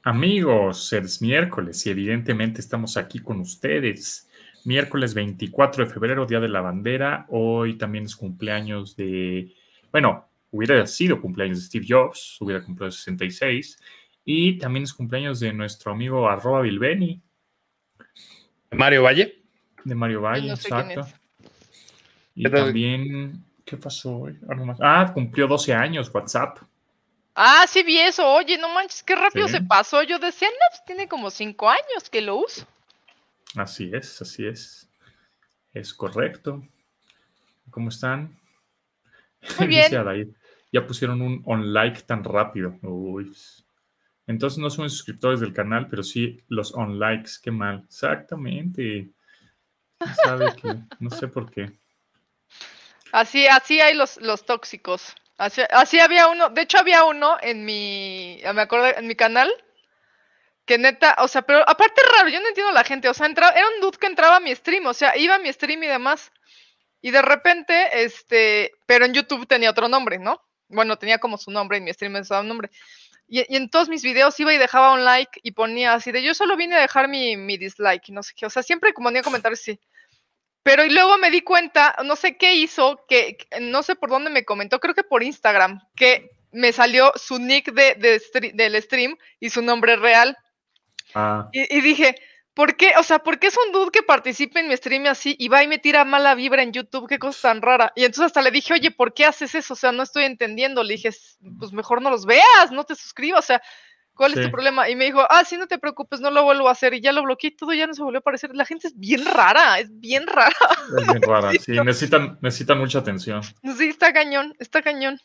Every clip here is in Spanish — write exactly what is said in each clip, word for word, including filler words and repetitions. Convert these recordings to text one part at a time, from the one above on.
Amigos, es miércoles y evidentemente estamos aquí con ustedes. Miércoles veinticuatro de febrero, Día de la Bandera. Hoy también es cumpleaños de... Bueno, hubiera sido cumpleaños de Steve Jobs, hubiera cumplido sesenta y seis. Y también es cumpleaños de nuestro amigo arroba Bilbeni. Mario Valle. De Mario Valle, no sé exacto. quién es. Y también... ¿Qué pasó hoy? Ah, cumplió doce años WhatsApp. Ah, sí vi eso. Oye, no manches, qué rápido Sí. se pasó. Yo decía, no, pues tiene como cinco años que lo uso. Así es, así es. Es correcto. ¿Cómo están? Muy Dice bien. Adair, ya pusieron un on like tan rápido. Uy. Entonces no son suscriptores del canal, pero sí los on likes. Qué mal. Exactamente. ¿Quién sabe qué? No sé por qué. Así, así hay los, los tóxicos. Así, así había uno. De hecho, había uno en mi, me acuerdo, en mi canal. Que neta, o sea, pero aparte raro, yo no entiendo a la gente. O sea, entraba, era un dude que entraba a mi stream. O sea, iba a mi stream y demás. Y de repente, este, pero en YouTube tenía otro nombre, ¿no? Bueno, tenía como su nombre, en mi stream estaba un nombre. Y, y en todos mis videos iba y dejaba un like y ponía así de, yo solo vine a dejar mi, mi dislike, no sé qué. O sea, siempre ponía comentarios así. Pero y luego me di cuenta, no sé qué hizo, que, que no sé por dónde me comentó, creo que por Instagram, que me salió su nick de, de, del stream y su nombre real. Ah. Y, y dije, ¿por qué? O sea, ¿por qué es un dude que participe en mi stream así y va y me tira mala vibra en YouTube? Qué cosa tan rara. Y entonces hasta le dije, oye, ¿por qué haces eso? O sea, no estoy entendiendo. Le dije, pues mejor no los veas, no te suscribas. O sea, ¿cuál sí. es tu problema? Y me dijo, ah, sí, no te preocupes, no lo vuelvo a hacer. Y ya lo bloqueé y todo ya no se volvió a aparecer. La gente es bien rara, es bien rara. Es bien rara, sí, necesitan, necesitan mucha atención. Sí, está cañón, está cañón.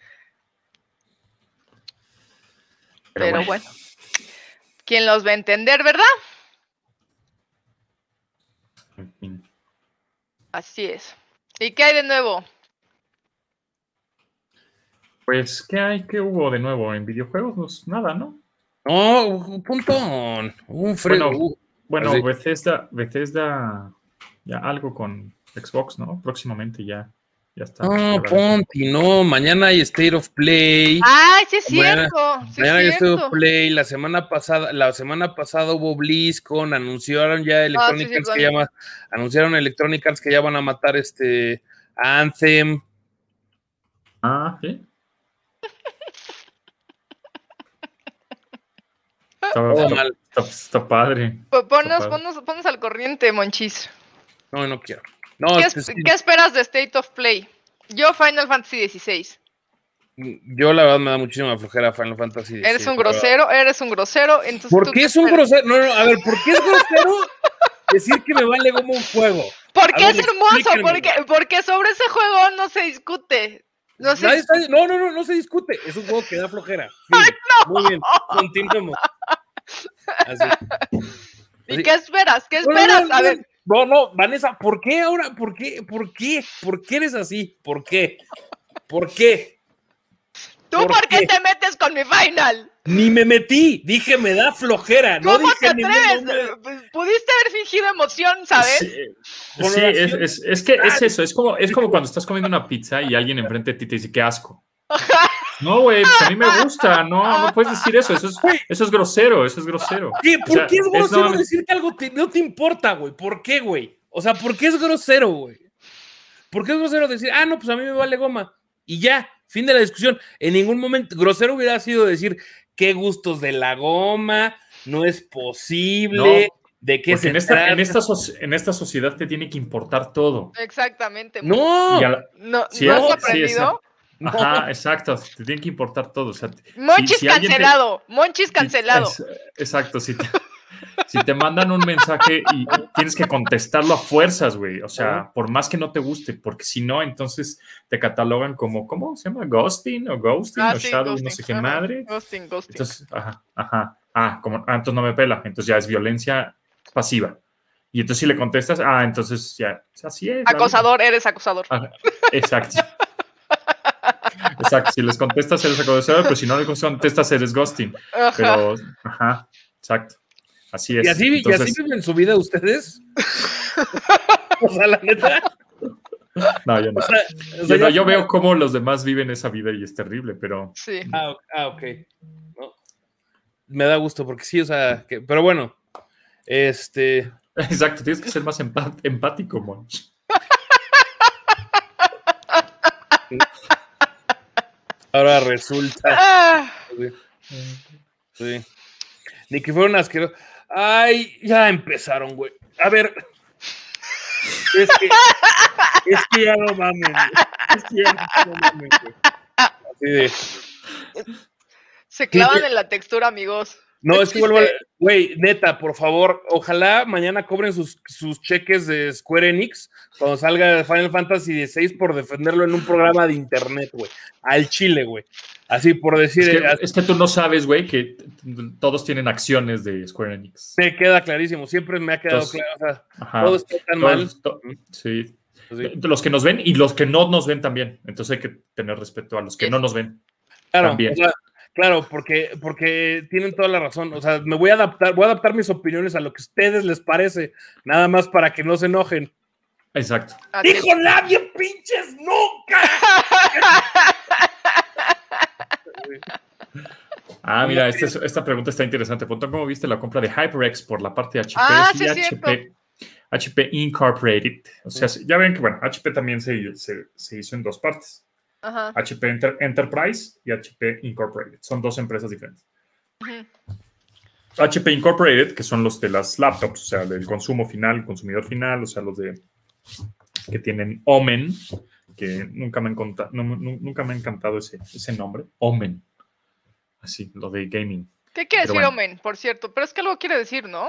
Pero, Pero bueno. bueno, ¿quién los va a entender, verdad? En fin. Así es. ¿Y qué hay de nuevo? Pues, ¿qué hay? ¿Qué hubo de nuevo en videojuegos? Pues nada, ¿no? No, un puntón. Un frío. Bueno, uh, bueno así. Bethesda, Bethesda, ya algo con Xbox, ¿no? Próximamente ya, ya está. No, Ponti, no. Mañana hay State of Play. Ay, sí es mañana, cierto. Sí mañana es hay cierto. State of Play. La semana pasada, la semana pasada hubo BlizzCon, anunciaron ya Electronic Arts ah, sí, sí, que bueno. ya anunciaron Electronic Arts que ya van a matar este Anthem. Ah, sí. Está, está, está, está padre. Ponnos, está ponnos, ponnos al corriente, Monchis. No, no quiero. No, ¿Qué, es, es, ¿Qué esperas de State of Play? Yo, Final Fantasy dieciséis. Yo, la verdad, me da muchísima flojera Final Fantasy dieciséis. Eres un grosero, eres un grosero. Entonces, ¿Por qué es un grosero? No, no, a ver, ¿por qué es grosero decir que me vale como un juego? Porque es hermoso, porque, porque sobre ese juego no se discute. No, se está, no, no, no, no se discute. Es un juego que da flojera. Sí, ¡ay, no! Muy bien, continuemos. Así. ¿Y Así. qué esperas? ¿Qué esperas? No, no, no, a ver. No, no, Vanessa, ¿por qué ahora? ¿Por qué? ¿Por qué? ¿Por qué eres así? ¿Por qué? ¿Por qué? ¿Tú por, por qué? qué te metes con mi Final? Ni me metí, dije me da flojera. ¿Cómo no dije te atreves? Me... Pudiste haber fingido emoción, ¿sabes? Sí, sí es, es, es que es eso, es como, es como cuando estás comiendo una pizza y alguien enfrente de ti te dice, qué asco. No, güey, pues a mí me gusta, no, no puedes decir eso, eso es, eso es grosero, eso es grosero. ¿Qué? ¿Por o sea, qué es grosero es no... decir que algo te, no te importa, güey? ¿Por qué, güey? O sea, ¿por qué es grosero, güey? ¿Por qué es grosero decir, ah, no, pues a mí me vale goma? Y ya, fin de la discusión. En ningún momento, grosero hubiera sido decir, qué gustos de la goma, no es posible... No. ¿De qué se en esta, en, esta so en esta sociedad te tiene que importar todo. Exactamente. No, la, no, sí, ¿no has aprendido? Sí, ajá, exacto, te tiene que importar todo. O sea, Monchis si, si cancelado, te, Monchis cancelado. Si, es, exacto, si te, si te mandan un mensaje y tienes que contestarlo a fuerzas, güey. O sea, por más que no te guste, porque si no, entonces te catalogan como, ¿cómo se llama? Ghosting o ghosting ah, o sí, shadow, ghosting, no sé qué ajá, madre. Ghosting, ghosting. Entonces, ajá, ajá. Ah, como, ah, entonces no me pela. Entonces ya es violencia pasiva. Y entonces si le contestas, ah, entonces ya, así es. Acosador, eres acosador. Ajá, exacto. Exacto, si les contestas eres acosador, pero si no les contestas eres ghosting. Ajá. Pero, ajá, exacto. Así es. ¿Y así, entonces, ¿y así viven su vida ustedes? O sea, la neta. No, yo no. O sea, o sea, yo, no, yo veo cómo los demás viven esa vida y es terrible, pero... Sí. Ah, ah ok. No. me da gusto, porque sí, o sea, que, pero bueno, este... Exacto, tienes que ser más empat empático, Monch. Ahora resulta. Ah, Sí. Sí. Ni que fueron asquerosos. Ay, ya empezaron, güey. A ver. Es que, es que ya no mamen, güey. Es que ya no mamen, güey. Así de. se clavan en la textura, amigos. No, es que vuelvo a... chiste. Güey, neta, por favor, ojalá mañana cobren sus, sus cheques de Square Enix cuando salga Final Fantasy dieciséis por defenderlo en un programa de internet, güey. Al chile, güey. Así por decir... Es que, eh, es que tú no sabes, güey, que todos tienen acciones de Square Enix. me queda clarísimo, siempre me ha quedado Entonces, claro. O sea, ajá, todo está tan todos, mal. to sí. Sí. Los que nos ven y los que no nos ven también. Entonces hay que tener respeto a los que Yes. no nos ven. Claro, También. o sea, claro, porque, porque tienen toda la razón. O sea, me voy a adaptar, voy a adaptar mis opiniones a lo que a ustedes les parece, nada más para que no se enojen. Exacto. Así es. ¡Dijo nadie, pinches, nunca! Ah, mira, esta, es- esta pregunta está interesante. Ponto, ¿cómo viste la compra de HyperX por la parte de H P Ah, y sí, es H P, H P Incorporated? O sea, ya ven que, bueno, H P también se, se, se hizo en dos partes. Ajá. H P Enter Enterprise y H P Incorporated. Son dos empresas diferentes. Ujú. H P Incorporated, que son los de las laptops, o sea, del consumo final, consumidor final, o sea, los de que tienen Omen, que nunca me, enconta, no, nu- nunca me ha encantado ese, ese nombre, Omen. Así, lo de gaming. ¿Qué quiere Pero decir bueno. Omen, por cierto? Pero es que algo quiere decir, ¿no?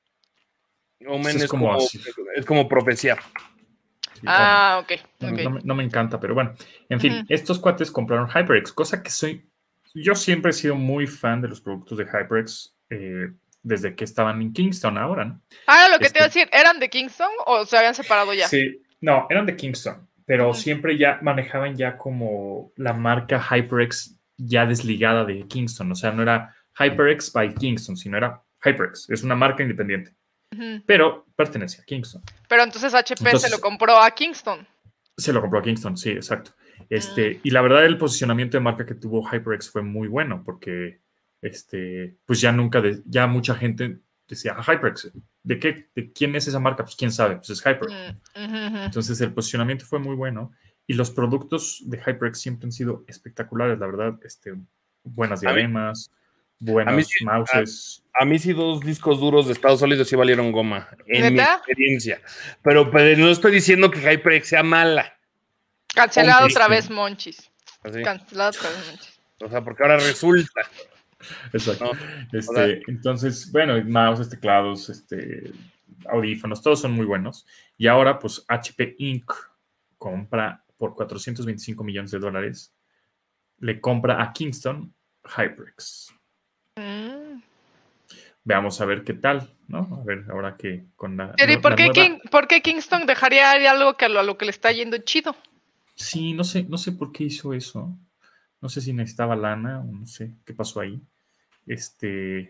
Omen Es es, como como, así. es como profecía. Sí, Ah, ok. no, ok. no me, no me encanta, pero bueno. En fin, Ujú. estos cuates compraron HyperX, cosa que soy... Yo siempre he sido muy fan de los productos de HyperX eh, desde que estaban en Kingston ahora, ¿no? Ahora lo que te iba a Este- decir, ¿eran de Kingston o se habían separado ya? Sí, no, eran de Kingston, pero Ujú. siempre ya manejaban ya como la marca HyperX ya desligada de Kingston. O sea, no era HyperX by Kingston, sino era HyperX. Es una marca independiente, Ujú. pero pertenece a Kingston. Pero entonces H P Entonces- se lo compró a Kingston. Se lo compró a Kingston, sí, exacto. Este, Mm. Y la verdad, el posicionamiento de marca que tuvo HyperX fue muy bueno, porque este, pues ya nunca, de, ya mucha gente decía, ah, HyperX, ¿de qué? ¿De quién es esa marca? Pues quién sabe, pues es HyperX. Mm, ujú, ujú. Entonces el posicionamiento fue muy bueno y los productos de HyperX siempre han sido espectaculares, la verdad. Este, buenas A mí- diademas, buenos a mí sí- mouses. A mí sí dos discos duros de estado sólido sí valieron goma, en mi ¿Neta? experiencia. Pero, pero no estoy diciendo que HyperX sea mala. Cancelado Monchis, otra sí. vez Monchis. Así. Cancelado otra vez Monchis. O sea, porque ahora resulta. Exacto. No, Este, o sea- entonces, bueno, mouses, teclados, este, audífonos, todos son muy buenos. Y ahora, pues, H P Incorporated compra por cuatrocientos veinticinco millones de dólares, le compra a Kingston HyperX. Mm. Veamos a ver qué tal, ¿no? A ver, ahora que con la, Pero ¿y la por qué, nueva- King- por qué Kingston dejaría ir algo que a lo, a lo que le está yendo chido? Sí, no sé, no sé por qué hizo eso. No sé si necesitaba lana o no sé qué pasó ahí. Este,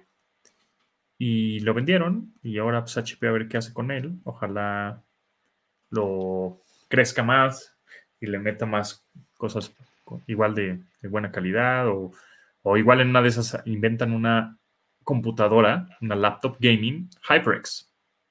y lo vendieron y ahora pues H P a ver qué hace con él. Ojalá lo crezca más y le meta más cosas con- igual de, de buena calidad o, o igual en una de esas inventan una computadora, una laptop gaming HyperX.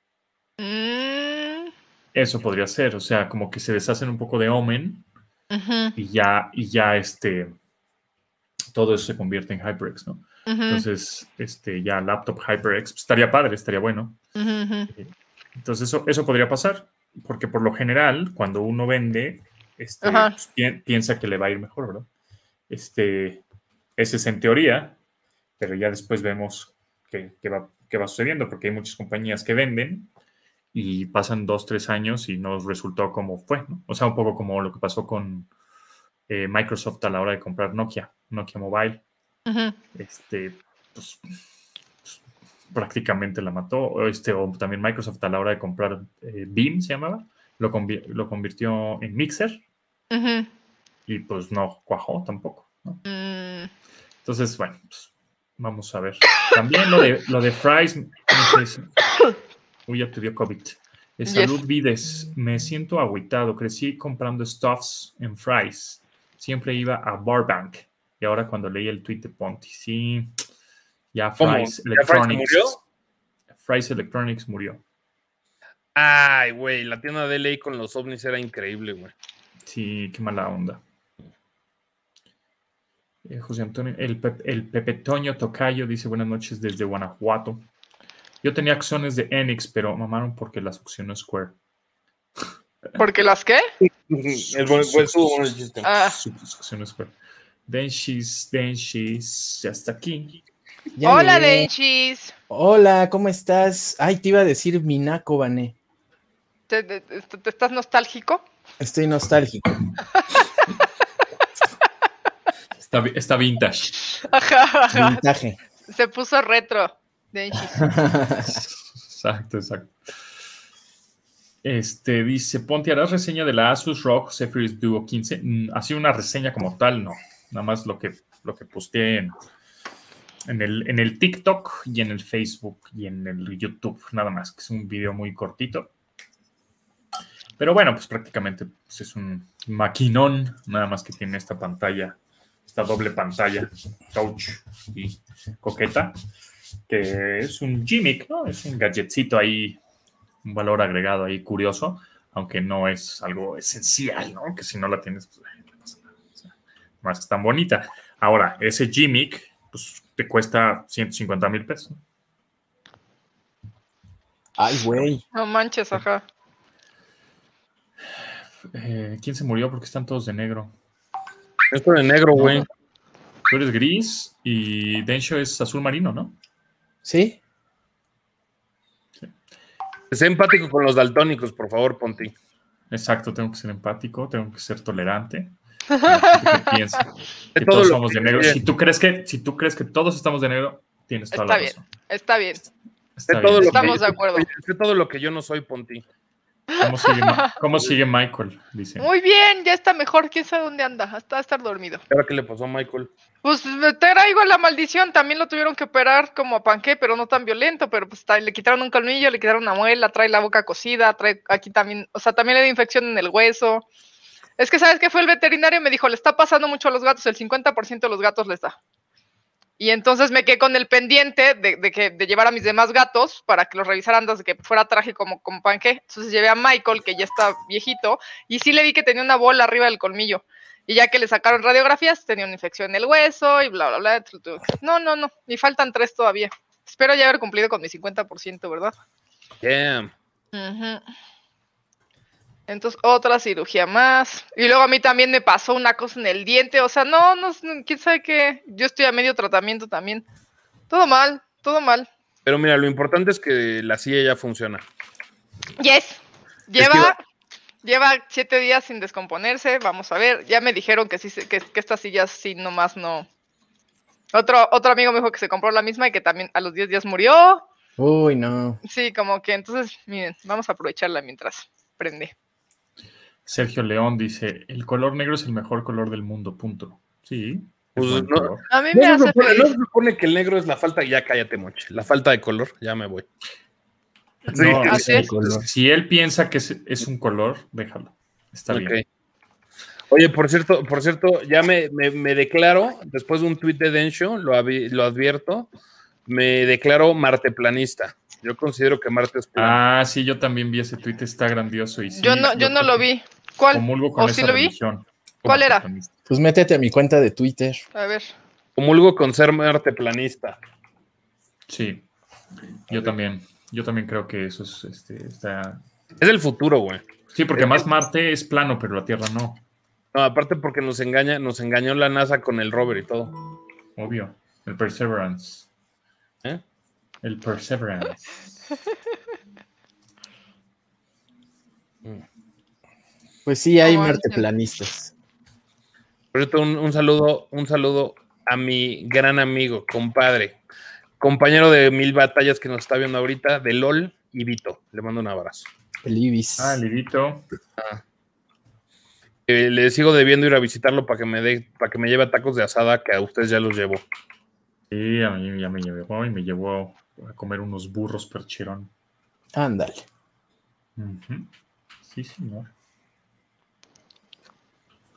Mm, Eso podría ser, o sea, como que se deshacen un poco de Omen ujú, y ya, y ya este, todo eso se convierte en HyperX, ¿no? ujú, Entonces, este, ya laptop HyperX, pues, estaría padre, estaría bueno. ujú, ujú. Entonces, eso, eso podría pasar, porque por lo general, cuando uno vende, este, Ajá. pues, pi- piensa que le va a ir mejor, ¿verdad? Este, ese es en teoría, pero ya después vemos qué, qué va, qué va sucediendo, porque hay muchas compañías que venden y pasan dos, tres años y no resultó como fue, ¿no? O sea, un poco como lo que pasó con eh, Microsoft a la hora de comprar Nokia, Nokia Mobile. Ujú. Este, pues, pues, prácticamente la mató. O Este, o también Microsoft a la hora de comprar eh, Beam, se llamaba, lo, convi- lo convirtió en Mixer Ujú. y pues no cuajó tampoco, ¿no? Mm, Entonces, bueno, pues, vamos a ver. También lo de, lo de Fries, no sé si- uy, ya te dio COVID. Eh, salud, Yes. Vides. Me siento agüitado. Crecí comprando stuffs en Fries. Siempre iba a Barbank. Y ahora cuando leí el tweet de Ponti, sí, Ya ¿Cómo? Fry's ¿Ya Fry's Electronics. murió? Fry's Electronics murió. Ay, güey, la tienda de L A con los ovnis era increíble, güey. Sí, qué mala onda. Eh, José Antonio, el, Pe el Pepe Toño Tocayo dice buenas noches desde Guanajuato. Yo tenía acciones de Enix, pero mamaron porque las accionó Square. ¿Porque las qué? Es buen, buen, estuvo bueno el chiste. Ah, Acciones Square. Denshis, Denshis, ya está aquí. Ya hola, llegué. Denchis. Hola, ¿cómo estás? Ay, te iba a decir Minako Bané. ¿Te, te, te- te estás nostálgico? Estoy nostálgico. Está, vi- está vintage. Ajá, ajá. Vintage. Se puso retro, Denchis. Exacto, exacto. Este dice, Ponte, ¿harás reseña de la Asus R O G Zephyrus Duo quince? Mm, así una reseña como tal, no. Nada más lo que, lo que posteé en, en, el, en el TikTok y en el Facebook y en el YouTube. Nada más, que es un video muy cortito. Pero bueno, pues prácticamente pues es un maquinón, nada más que tiene esta pantalla, esta doble pantalla, touch y coqueta, que es un gimmick, ¿no? Es un gadgetcito ahí, un valor agregado ahí curioso, aunque no es algo esencial, ¿no? Que si no la tienes, pues no pasa nada. O sea, no es tan bonita. Ahora, ese gimmick, pues te cuesta ciento cincuenta mil pesos. Ay, güey. No manches, ajá. Eh, ¿Quién se murió? Porque están todos de negro. Esto de negro, güey. Tú eres gris y Densho es azul marino, ¿no? ¿Sí? Sé empático con los daltónicos, por favor, Ponti. Exacto, tengo que ser empático, tengo que ser tolerante. Con la gente que piensa que De todo todos lo somos que de negro. quiere. Si tú crees que, si tú crees que todos estamos de negro, tienes toda Está la bien, razón. está bien. Está Sé bien. todo, lo Estamos que, de acuerdo. sé todo lo que yo no soy, Ponti. ¿Cómo sigue, Ma- cómo sigue Michael? Dice. Muy bien, ya está mejor. ¿Quién sabe dónde anda? Hasta estar dormido. ¿Ahora qué le pasó a Michael? Pues me traigo la maldición. También lo tuvieron que operar como a Panqué, pero no tan violento. Pero pues ta- le quitaron un colmillo, le quitaron una muela, trae la boca cocida, trae aquí también, o sea, también le dio infección en el hueso. Es que, ¿sabes qué? Fue el veterinario y me dijo, le está pasando mucho a los gatos, el cincuenta por ciento de los gatos les da. Y entonces me quedé con el pendiente de, de, que, de llevar a mis demás gatos para que los revisaran antes de que fuera traje como, como Panqué. Entonces llevé a Michael, que ya está viejito, y sí le vi que tenía una bola arriba del colmillo. Y ya que le sacaron radiografías, tenía una infección en el hueso y bla, bla, bla. No, no, no, ni faltan tres todavía. Espero ya haber cumplido con mi cincuenta por ciento, ¿verdad? Damn. Uh-huh. Entonces, otra cirugía más. Y luego a mí también me pasó una cosa en el diente. O sea, no, no, quién sabe qué. Yo estoy a medio tratamiento también. Todo mal, todo mal. Pero mira, lo importante es que la silla ya funciona. Yes. Lleva, Es que iba- lleva siete días sin descomponerse. Vamos a ver. Ya me dijeron que sí, se- que, que estas sillas sí nomás no. Otro, otro amigo me dijo que se compró la misma y que también a los diez días murió. Uy, no. Sí, como que entonces, miren, vamos a aprovecharla mientras prende. Sergio León dice, el color negro es el mejor color del mundo, punto. Sí, es Pues buen no- color. A mí No me se, hace supone, no feliz. se supone que el negro es la falta, ya cállate, moche. La falta de color, ya me voy. Sí, No, así si, es. color. si él piensa que es, es un color, déjalo. Está ok. bien. Oye, por cierto, por cierto, ya me, me, me declaro, después de un tuit de Densho, lo, avi- lo advierto, me declaro marteplanista. Yo considero que Marte es plano. Ah, sí, yo también vi ese tuit, está grandioso. Y sí, Yo no, sí, yo no creo lo que vi. ¿Cuál? Comulgo con ¿O esa sí lo vi? religión. ¿Cuál era? Marteplanista. Pues métete a mi cuenta de Twitter. A ver. Comulgo con ser marteplanista. Sí, yo también. Yo también creo que eso es, este, está... Es el futuro, güey. Sí, porque más Marte es plano, pero la Tierra no. No, aparte porque nos engaña, nos engañó la NASA con el rover y todo. Obvio. El Perseverance. ¿Eh? El Perseverance. Pues sí, hay No, marteplanistas. Por cierto, un, un saludo, un saludo a mi gran amigo, compadre, compañero de mil batallas que nos está viendo ahorita, de LOL y Vito. Le mando un abrazo. El Ibis. Ah, Lidito. Eh, le sigo debiendo ir a visitarlo para que me dé, para que me lleve a tacos de asada, que a ustedes ya los llevo. Sí, a mí ya me llevó y me llevó a comer unos burros percherón. Ándale. Ujú. Sí, señor.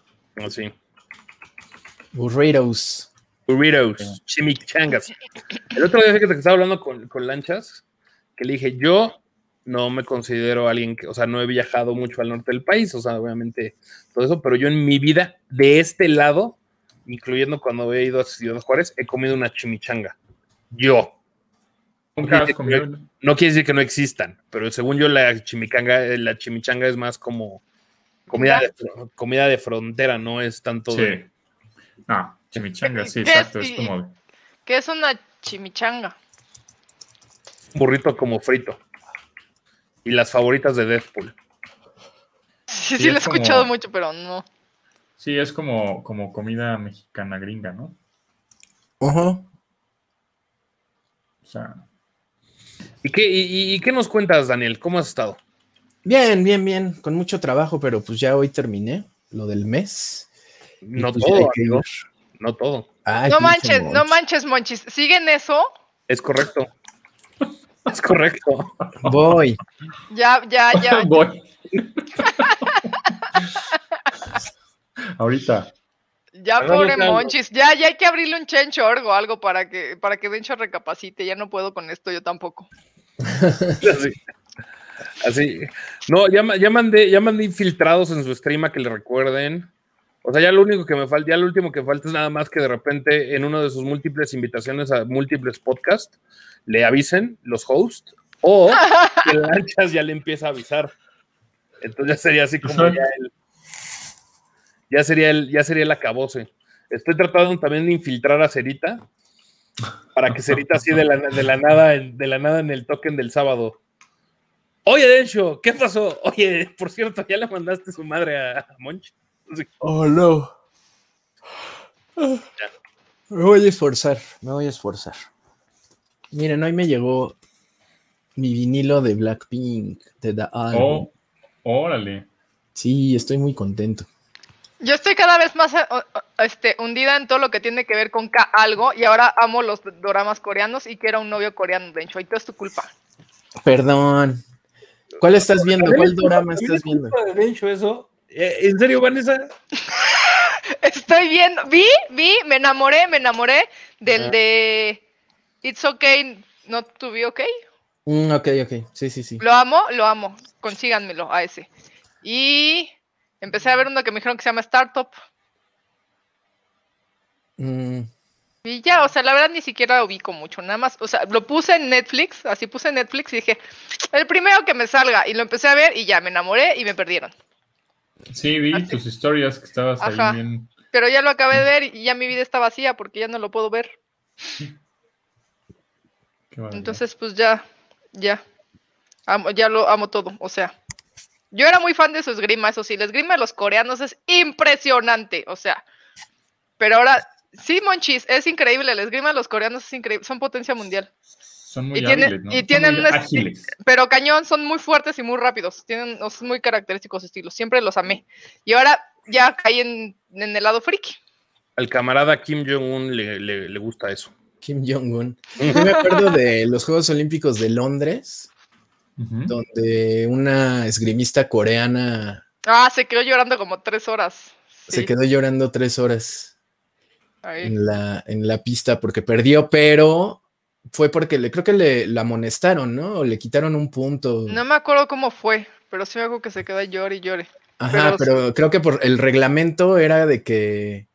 Así. Burritos. Burritos, chimichangas. El otro día fíjate que estaba hablando con, con Lanchas, que le dije, yo no me considero alguien que, o sea, no he viajado mucho al norte del país, o sea, obviamente todo eso, pero yo en mi vida, de este lado, incluyendo cuando he ido a Ciudad Juárez, he comido una chimichanga. Yo. Nunca has No, comido. no quiere decir que no existan, pero según yo la chimichanga, la chimichanga es más como comida de, comida de frontera, no es tanto Sí. de... No, chimichanga, sí, ¿Qué exacto. es? Es como. ¿Qué es una chimichanga? Un burrito como frito. Y las favoritas de Deadpool. Sí, Sí, sí, lo he es como- escuchado mucho, pero no. Sí, es como, como comida mexicana gringa, ¿no? Ajá. O sea, ¿Y qué, y, y qué nos cuentas, Daniel? ¿Cómo has estado? Bien, bien, bien. Con mucho trabajo, pero pues ya hoy terminé lo del mes. Y No pues ya todo, hay que amigo. ir. No todo. Ay, No pinche manches, no Monchis. manches, Monchis. ¿Siguen eso? Es correcto. Es correcto. Voy. Ya, ya, ya. voy. Ahorita. Ya, Hagamos pobre algo. Monchis. Ya, ya hay que abrirle un chencho o algo para que, para que Dencho recapacite. Ya no puedo con esto, yo tampoco. Así. Así. No, ya, ma- ya mandé, ya mandé infiltrados en su stream a que le recuerden. O sea, ya lo único que me falta, ya lo último que falta es nada más que de repente en una de sus múltiples invitaciones a múltiples podcasts le avisen los hosts o que Lanchas ya le empieza a avisar. Entonces ya sería así como ya el, ya sería el, ya sería el acabose. Estoy tratando también de infiltrar a Cerita para que Cerita así de la, de la nada, en- de la nada en el token del sábado. Oye, Dencho, ¿qué pasó? Oye, por cierto, ya le mandaste su madre a, a Monch. Así. Oh, no. Me voy a esforzar, me voy a esforzar. Miren, hoy me llegó mi vinilo de Blackpink, de The Album. Oh, órale. Sí, estoy muy contento. Yo estoy cada vez más eh, o- o- este, hundida en todo lo que tiene que ver con K algo y ahora amo los doramas coreanos y quiero un novio coreano, Dencho. Y todo es tu culpa. Perdón. ¿Cuál estás viendo? ¿Cuál drama estás viendo? ¿De Dencho eso? Eh, ¿En serio, Vanessa? Estoy viendo, vi, vi, me enamoré, me enamoré del Ajá. de It's Okay, Not to Be Okay. Mm, ok, ok. Sí, sí, sí. Lo amo, lo amo. Consíganmelo a ese. Y empecé a ver uno que me dijeron que se llama Startup. Mm, Y ya, o sea, la verdad ni siquiera ubico mucho, nada más, o sea, lo puse en Netflix, así puse en Netflix y dije, el primero que me salga, y lo empecé a ver y ya, me enamoré y me perdieron. Sí, vi Así. tus historias que estabas Ajá. ahí bien. Pero ya lo acabé de ver y ya mi vida está vacía porque ya no lo puedo ver. Qué barbaridad. Entonces, pues ya, ya, amo, ya lo amo todo, o sea. Yo era muy fan de su esgrima, eso sí, la esgrima de los coreanos es impresionante, o sea. Pero ahora, sí, Monchis, es increíble, la esgrima de los coreanos es increíble, son potencia mundial. Son muy y tiene- hábiles, ¿no? y Son tienen muy un esti- ágiles. Pero cañón, son muy fuertes y muy rápidos, tienen los muy característicos estilos, siempre los amé. Y ahora ya caí en, en el lado friki. Al camarada Kim Jong-un le, le, le gusta eso. Kim Jong-un. Yo me acuerdo de los Juegos Olímpicos de Londres, Ujú. donde una esgrimista coreana Ah, se quedó llorando como tres horas. se Sí, quedó llorando tres horas ahí. en la, en la pista porque perdió, pero fue porque le creo que le la amonestaron, ¿no? O le quitaron un punto. No me acuerdo cómo fue, pero sí me acuerdo que se quedó llore y llore. Ajá, pero- pero creo que por el reglamento era de que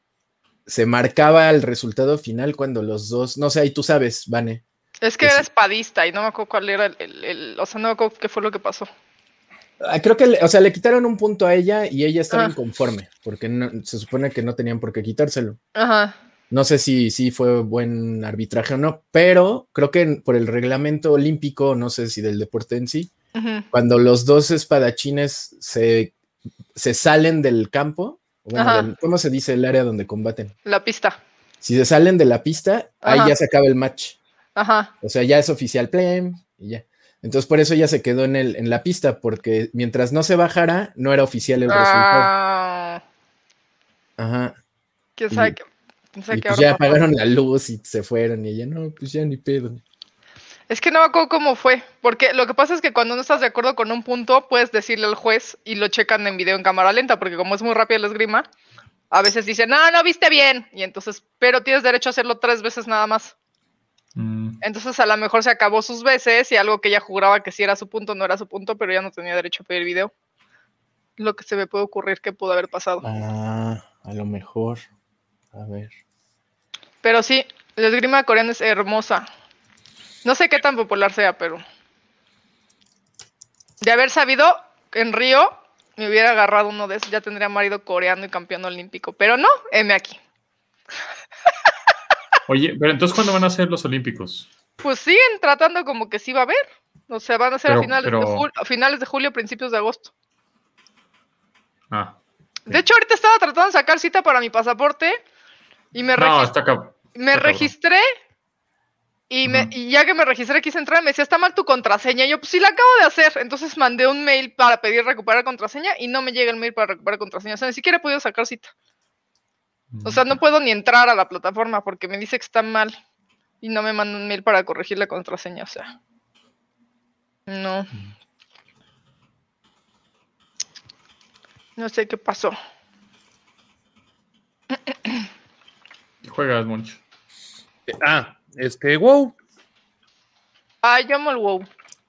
se marcaba el resultado final cuando los dos, no sé, ahí tú sabes, Vane. Es que Pues era sí. espadista y no me acuerdo cuál era el, el- el- o sea, no me acuerdo qué fue lo que pasó. Ah, creo que, le- o sea, le quitaron un punto a ella y ella estaba Ah. inconforme, porque no- se supone que no tenían por qué quitárselo. Ajá. No sé si, si fue buen arbitraje o no, pero creo que en- por el reglamento olímpico, no sé si del deporte en sí, Ujú. cuando los dos espadachines se, se salen del campo, o bueno, Ajá. del- ¿cómo se dice el área donde combaten? La pista. Si se salen de la pista, ahí Ajá. ya se acaba el match. Ajá. O sea, ya es oficial play y ya. Entonces, por eso ya se quedó en, el, en la pista, porque mientras no se bajara, no era oficial el resultado. Ah, Ajá. quién Y- sabe qué. quién sabe Y qué pues habrá ya pasado. apagaron la luz y se fueron. Y ella, no, pues ya ni pedo. Es que no me acuerdo cómo fue, porque lo que pasa es que cuando no estás de acuerdo con un punto, puedes decirle al juez y lo checan en video en cámara lenta, porque como es muy rápida la esgrima, a veces dicen, no, no viste bien, y entonces, pero tienes derecho a hacerlo tres veces nada más. Mm. Entonces a lo mejor se acabó sus veces y algo que ella juraba que sí era su punto, no era su punto, pero ya no tenía derecho a pedir video. Lo que se me puede ocurrir que pudo haber pasado. Ah, a lo mejor. A ver. Pero sí, la esgrima coreana es hermosa. No sé qué tan popular sea, pero... De haber sabido, en Río me hubiera agarrado uno de esos, ya tendría marido coreano y campeón olímpico. Pero no, heme aquí. Oye, pero entonces, ¿cuándo van a ser los Olímpicos? Pues siguen tratando como que sí va a haber. O sea, van a ser Pero- a, finales pero- de julio, a finales de julio, principios de agosto. Ah. De hecho, ahorita estaba tratando de sacar cita para mi pasaporte y me, No, regis- está cab- me está cabrón. registré y, me, Ujú. y ya que me registré quise entrar, me decía, está mal tu contraseña. Y yo, pues sí, la acabo de hacer. Entonces mandé un mail para pedir recuperar contraseña y no me llega el mail para recuperar contraseña. O sea, ni siquiera he podido sacar cita. O sea, no puedo ni entrar a la plataforma porque me dice que está mal y no me manda un mail para corregir la contraseña. O sea, no. No sé qué pasó. ¿Qué juegas, Moncho? Ah, este, wow. Ay, yo amo el WoW.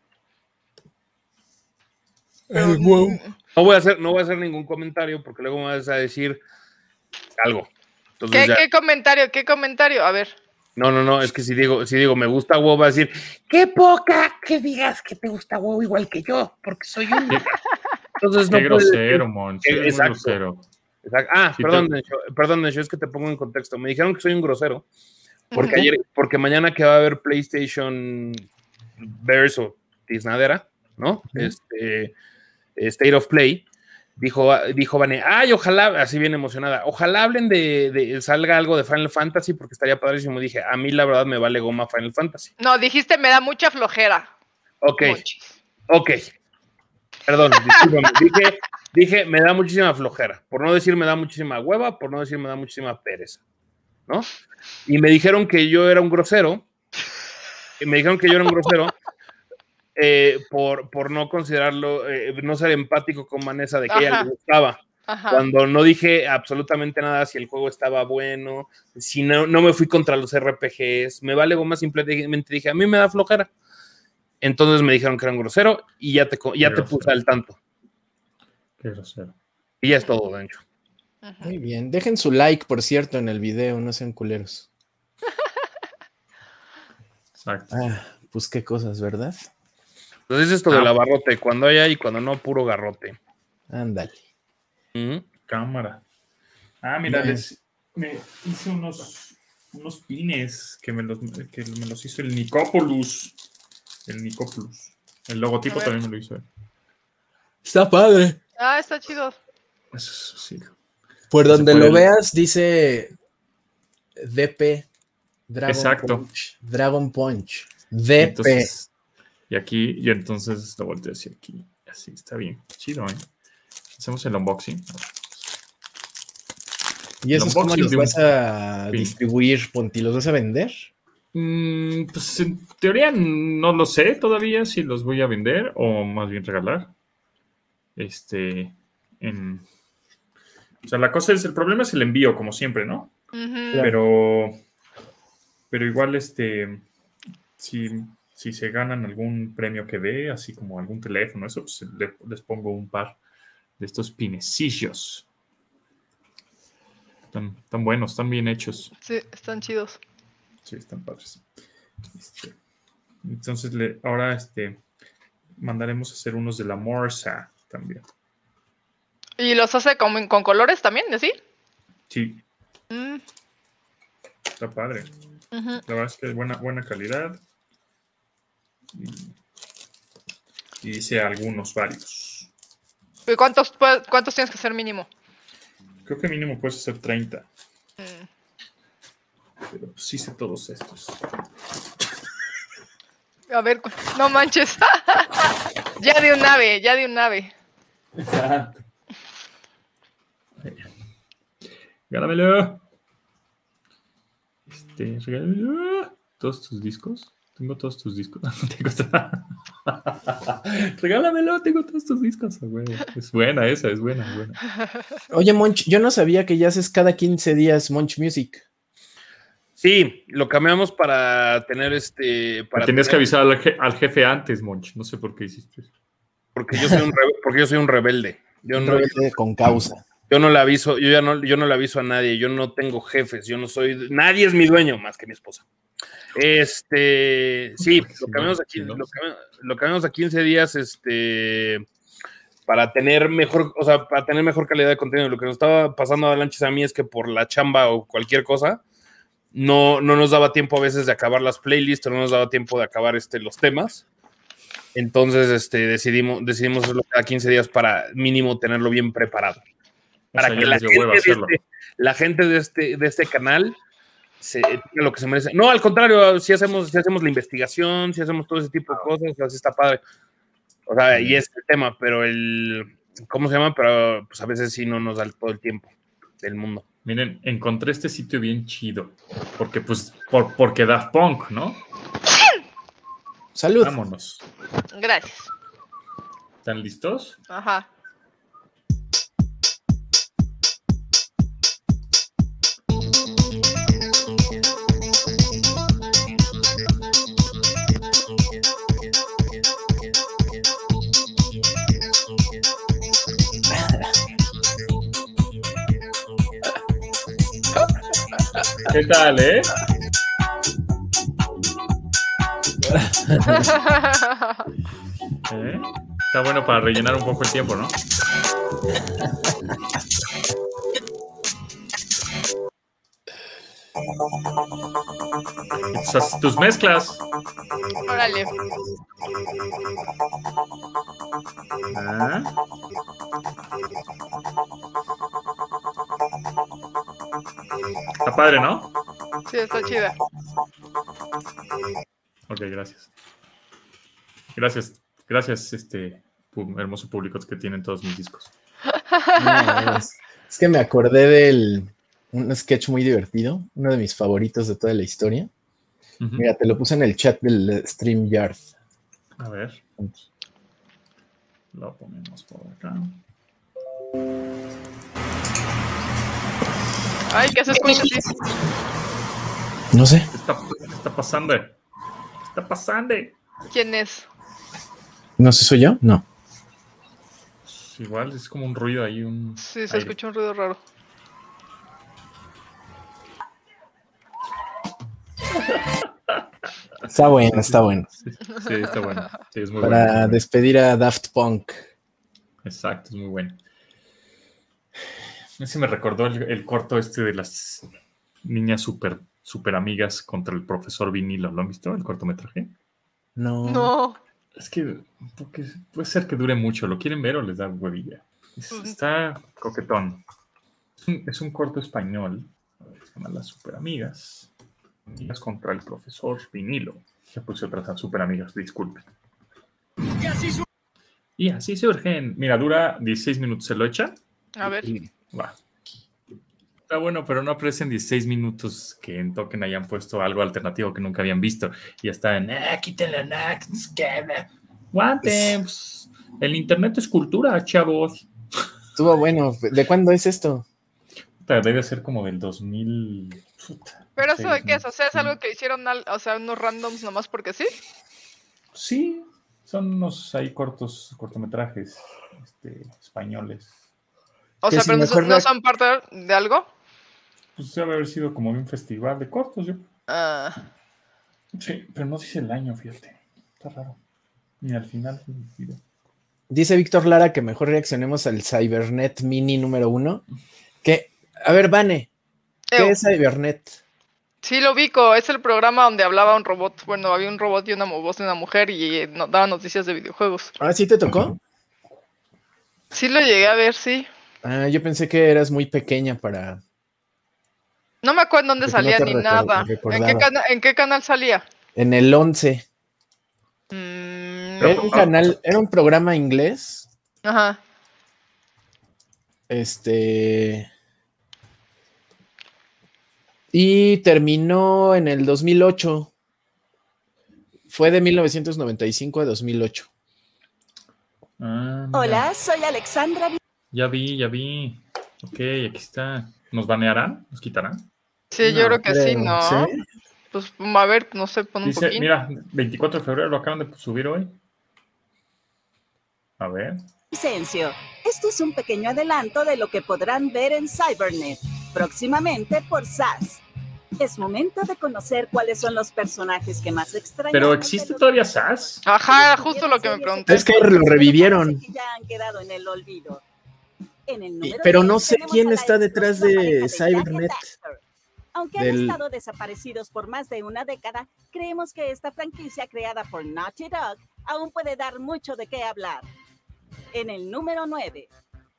Pero, El WoW. mm, No voy a hacer, no voy a hacer ningún comentario porque luego me vas a decir algo. Entonces ¿Qué, ya. ¿Qué comentario? ¿Qué comentario? A ver. No, no, no, es que si digo, si digo me gusta WoW, va a decir, qué poca que digas que te gusta WoW igual que yo, porque soy un. Qué, Entonces no qué puedes grosero, decir- Moncho. Eh, Eres muy exacto. grosero. Exacto. Ah, Sí, perdón, te- Dencho, perdón, Dencho, es que te pongo en contexto. Me dijeron que soy un grosero porque qué? ayer, porque mañana que va a haber PlayStation Verse o Tiznadera, ¿no? Ujú. Este State of Play. Dijo, dijo Vane, ay, ojalá, así bien emocionada, ojalá hablen de, de, salga algo de Final Fantasy porque estaría padrísimo. Dije, a mí la verdad me vale goma Final Fantasy. No, dijiste me da mucha flojera. Ok, Monchis. ok. Perdón, discúlpame. dije, dije, me da muchísima flojera. Por no decir me da muchísima hueva, por no decir me da muchísima pereza, ¿no? Y me dijeron que yo era un grosero. Y me dijeron que yo era un grosero eh, por, por no considerarlo, eh, no ser empático con Vanessa de que a ella Ajá. le gustaba. Ajá. Cuando no dije absolutamente nada si el juego estaba bueno, si no, no me fui contra los R P Gs, me vale goma, simplemente dije, a mí me da flojera. Entonces me dijeron que era un grosero y ya te, ya te puse al tanto. Qué grosero. Y ya es todo, Dencho. Ujú. Muy bien. Dejen su like, por cierto, en el video, no sean culeros. Exacto. Ah, pues qué cosas, ¿verdad? Entonces esto Ah. del abarrote, cuando hay y cuando no, puro garrote. Ándale. Ujú. Cámara. Ah, mira, Bien. les, me hice unos, unos pines que me los, que me los hizo el Nicópolis. El Nicópolis. El logotipo A ver. también me lo hizo. Está padre. Ah, está chido. Eso sí. Por Se donde puede- lo veas, dice D P. Dragon Exacto. Punch. Dragon Punch. Y D P. entonces, y aquí, y entonces lo volteo hacia aquí. Así, está bien. Chido, ¿eh? Hacemos el unboxing. ¿Y esos cómo unboxing los de un vas a pin. distribuir, Ponti? ¿Los vas a vender? Mm, pues en teoría no lo sé todavía si los voy a vender o más bien regalar. Este, en... O sea, la cosa es, el problema es el envío, como siempre, ¿no? Ujú. Claro. Pero, pero igual, este, si, si se ganan algún premio que dé, así como algún teléfono, eso, pues le- les pongo un par de estos pinecillos. Están, están buenos, están bien hechos. Sí, están chidos. Sí, están padres. Este, entonces, le, ahora este, mandaremos a hacer unos de la Morsa también. ¿Y los hace con, con colores también, ¿sí? Sí, Mm, está padre. ujú. La verdad es que es buena, buena calidad. Y, y dice algunos, varios. ¿Y cuántos, pue- cuántos tienes que hacer mínimo? Creo que mínimo puedes hacer treinta. Mm. Pero pues hice todos estos. A ver, cu- no manches. Ya de un ave, ya de un ave. Exacto. Gálamelo. Este, regálamelo. Todos tus discos. Tengo todos tus discos. Tengo to- Regálamelo, tengo todos tus discos. A huevo. Es buena esa, es buena, es buena. Oye, Monch, yo no sabía que ya haces cada quince días Monch Music. Sí, Sí, lo cambiamos para tener este... Para Tenías tener, que avisar al, je al jefe antes, Monch. No sé por qué hiciste eso. Porque yo soy un, rebe porque yo soy un rebelde. Yo Un no, rebelde con causa. Yo no le aviso, yo ya no, yo no le aviso a nadie, yo no tengo jefes, yo no soy, nadie es mi dueño más que mi esposa. Este, sí, lo cambiamos aquí, lo, lo cambiamos a quince días, este, para tener mejor, o sea, para tener mejor calidad de contenido. Lo que nos estaba pasando a Lanchas a mí es que por la chamba o cualquier cosa, no, no nos daba tiempo a veces de acabar las playlists, o no nos daba tiempo de acabar este, los temas. Entonces, este, decidimos, decidimos hacerlo cada quince días para mínimo tenerlo bien preparado. Para o sea, que la gente, de este, la gente de este, de este canal se, tenga lo que se merece. No, al contrario, si hacemos, si hacemos la investigación, si hacemos todo ese tipo de cosas, así está padre. O sea, y es el tema, pero el, ¿cómo se llama? Pero pues a veces sí no nos da todo el tiempo del mundo. Miren, encontré este sitio bien chido, porque pues, por, porque Daft Punk, ¿no? Salud. Vámonos. Gracias. ¿Están listos? Ajá. ¿Qué tal, eh? ¿Eh? Está bueno para rellenar un poco el tiempo, ¿no? Tus, tus mezclas. Órale. Ah. Está padre, ¿no? Sí, está chida. Ok, gracias. Gracias, gracias, este hermoso público que tienen todos mis discos. No, es, es que me acordé del un sketch muy divertido, uno de mis favoritos de toda la historia. Uh-huh. Mira, te lo puse en el chat del StreamYard. A ver. Lo ponemos por acá. Ay, ¿qué se escucha así? No sé. ¿Qué está, qué está pasando? ¿Qué está pasando? ¿Quién es? No sé, ¿soy yo? No. Igual es como un ruido ahí. Un sí, se aire. Escucha un ruido raro. Está bueno, está bueno. Sí, sí está bueno. Sí, es muy Para bueno, muy despedir bueno. a Daft Punk. Exacto, es muy bueno. Ese me recordó el, el corto este de las niñas super, super amigas contra el profesor Vinilo. ¿Lo han visto, el cortometraje? No. No. Es que porque puede ser que dure mucho. ¿Lo quieren ver o les da huevilla? Es, está coquetón. Es un, es un corto español. Se llama Las Super Amigas. Amigas contra el profesor Vinilo. Ya puse otras super amigas, disculpen. Y así, sur y así surgen. Mira, dura dieciséis minutos. ¿Se lo echa? A ver. Y, va. Está bueno, pero no aprecian dieciséis minutos que en Token hayan puesto algo alternativo que nunca habían visto. Y está en, eh, quítenle, eh, guante. Pues, el internet es cultura, chavos. Estuvo bueno. ¿De cuándo es esto? Debe ser como del dos mil. Puta, ¿Pero eso de qué es? O sea, ¿es algo que hicieron, al, o sea, unos randoms nomás porque sí? Sí, son unos ahí cortos, cortometrajes este, españoles. O sea, pero no, no son parte de algo. Pues debe haber sido como de un festival de cortos, yo. Ah. Sí, pero no dice el año, fíjate. Está raro. Ni al final. Dice Víctor Lara que mejor reaccionemos al Cybernet Mini número uno. Que, a ver, Vane, ¿qué Ew. es Cybernet? Sí, lo ubico. Es el programa donde hablaba un robot. Bueno, había un robot y una voz de una mujer y eh, no, daba noticias de videojuegos. ¿Ah, sí te tocó? Sí lo llegué a ver, sí. Ah, yo pensé que eras muy pequeña para... No me acuerdo dónde salía no ni nada. ¿En qué, ¿En qué canal salía? En el once. Mm, era un canal, era un programa inglés. Ajá. Este... Y terminó en el dos mil ocho. Fue de mil novecientos noventa y cinco a dos mil ocho. Ah, hola, soy Alexandra. Ya vi, ya vi. Ok, aquí está. ¿Nos banearán? ¿Nos quitarán? Sí, yo No, creo que sí, creo, ¿no? ¿sí? Pues a ver, no sé, pon un Dice, poquito. mira, veinticuatro de febrero lo acaban de subir hoy. A ver. Vicencio, esto es un pequeño adelanto de lo que podrán ver en Cybernet, próximamente por S A S. Es momento de conocer cuáles son los personajes que más extrañamos. ¿Pero existe todavía S A S? Ajá, justo lo que me pregunté. Es que lo revivieron. Que ya han quedado en el olvido. En el número Pero diez no sé tenemos quién a la está detrás de explosiva pareja Jack y Cybernet. Daxter. Aunque Del- han estado desaparecidos por más de una década, creemos que esta franquicia creada por Naughty Dog aún puede dar mucho de qué hablar. En el número nueve.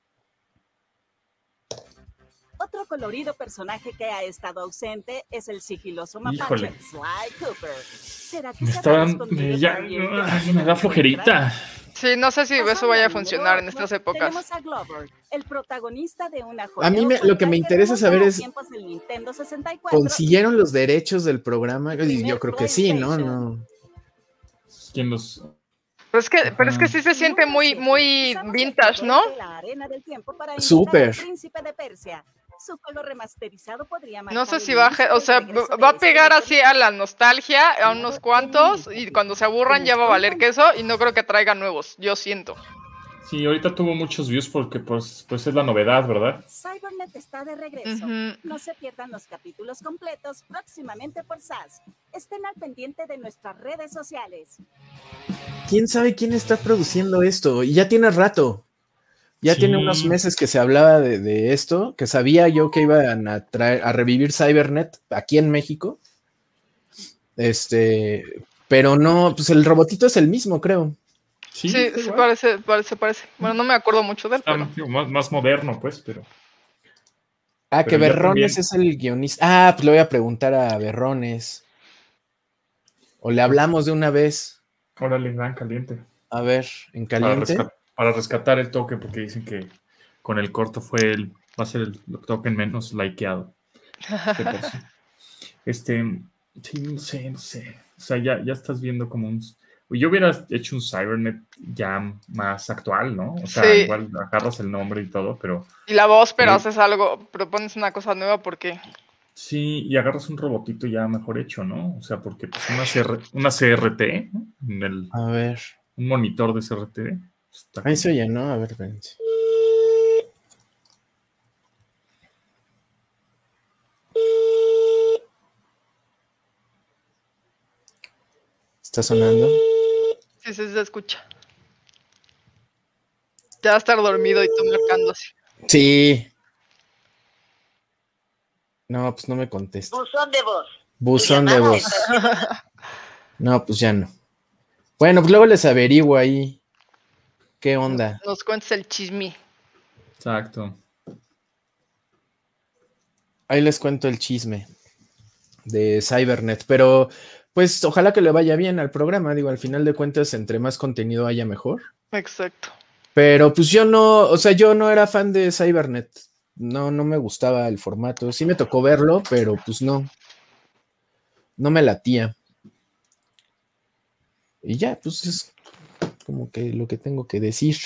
Otro colorido personaje que ha estado ausente es el sigiloso mapache Híjole. Sly Cooper. ¿Será que Me se está habrá dando- escondido me, ya- también ay, detrás me de da la flojerita. Sí, no sé si Pasando eso vaya a al funcionar en número estas ocho, épocas. Tenemos a Glover, el protagonista de una joya A mí me- oculta lo que me que interesa remonta saber a es, tiempos del Nintendo sesenta y cuatro. ¿consiguieron los derechos del programa? Y Primer yo creo que sí, ¿no? PlayStation. no. ¿Quién los...? Pero es que, pero es que Ajá. sí se siente muy, muy Usamos el vintage, poder ¿no? de la arena del tiempo para invocar Súper. al príncipe de Persia. Su juego remasterizado podría No marcar sé el si baje, inicio o del sea, regreso de va a este pegar ícono. así a la nostalgia, a unos cuantos, y cuando se aburran ya va a valer queso, y no creo que traiga nuevos, yo siento. Sí, ahorita tuvo muchos views porque pues, pues es la novedad, ¿verdad? Cybernet está de regreso. Ujú. No se pierdan los capítulos completos próximamente por S A S. Estén al pendiente de nuestras redes sociales. ¿Quién sabe quién está produciendo esto? Y ya tiene rato. Ya Sí. tiene unos meses que se hablaba de, de esto, que sabía yo que iban a traer, a revivir Cybernet aquí en México. Este, pero no, pues el robotito es el mismo, creo. Sí, Sí, está sí, igual. parece, parece, parece. Bueno, no me acuerdo mucho de él, Está pero... digo, más, más moderno, pues, pero... Ah, Pero que ya Berrones también- es el guionista. Ah, pues le voy a preguntar a Berrones. O le hablamos de una vez. Órale, dan caliente. A ver, en Para, caliente. rescat- para rescatar el toque, porque dicen que con el corto fue el... Va a ser el token menos likeado. de por sí. Este... Sí, no sé, no sé. O sea, ya, ya estás viendo como un... Yo hubiera hecho un Cybernet ya más actual, ¿no? O sea, Sí. igual agarras el nombre y todo, pero... Y la voz, pero Pero- haces algo, propones una cosa nueva porque... Sí, y agarras un robotito ya mejor hecho, ¿no? O sea, porque pues una, C R una C R T, ¿no? En el, A ver. un monitor de C R T. Está Ahí como- se oye, ¿no? A ver, espérense. Está sonando. Sí, sí, se escucha. Ya va a estar dormido y tú marcando así. Sí. No, pues no me contesta. Buzón de voz. Buzón de voz. No, pues ya no. Bueno, pues luego les averiguo ahí qué onda. Nos cuentes el chisme. Exacto. Ahí les cuento el chisme de Cybernet, pero pues ojalá que le vaya bien al programa. Digo, al final de cuentas, entre más contenido haya, mejor. Exacto. Pero pues yo no, o sea, yo no era fan de Cybernet. No, no me gustaba el formato. Sí me tocó verlo, pero pues no. No me latía. Y ya, pues es como que lo que tengo que decir.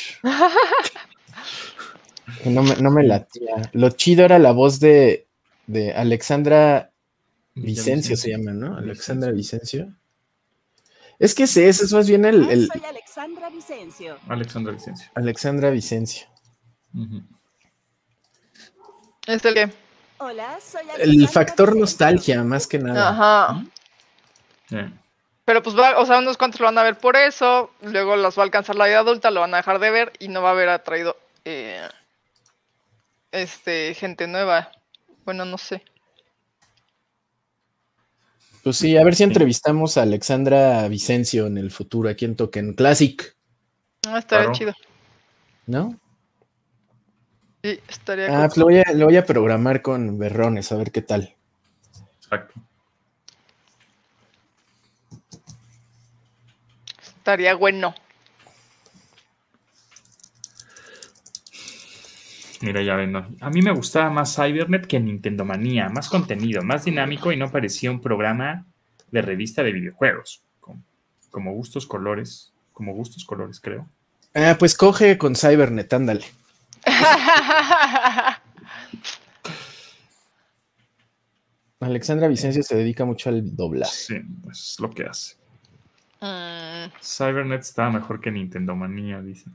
Que no me, no me latía. Lo chido era la voz de, de Alexandra Vicencio, se llama, ¿no? Alexandra Vicencio. Es que ese, ese es más bien el, el Soy Alexandra Vicencio. Alexandra Vicencio. Alexandra Vicencio. Ujú. Es el que... Hola, soy El Alexandra factor Vicencio. nostalgia, más que nada. Ajá. Eh, Pero pues va, o sea, unos cuantos lo van a ver por eso, luego los va a alcanzar la vida adulta, lo van a dejar de ver y no va a haber atraído eh, este gente nueva. Bueno, no sé. Pues sí, a ver si entrevistamos a Alexandra Vicencio en el futuro, aquí en Token Classic, Ah, estaría Claro. chido. ¿no? Sí, estaría Ah, pues cool. lo voy a, lo voy a programar con Berrones, a ver qué tal. exacto. Estaría bueno. Mira, ya ven, ¿no? A mí me gustaba más Cybernet que Nintendo Manía, más contenido, más dinámico y no parecía un programa de revista de videojuegos. Como, como gustos colores, como gustos colores, creo. Ah, pues coge con Cybernet, ándale. Alexandra Vicencio se dedica mucho al doblaje. Sí, es lo que hace. Mm, Cybernet está mejor que Nintendo Manía, dicen.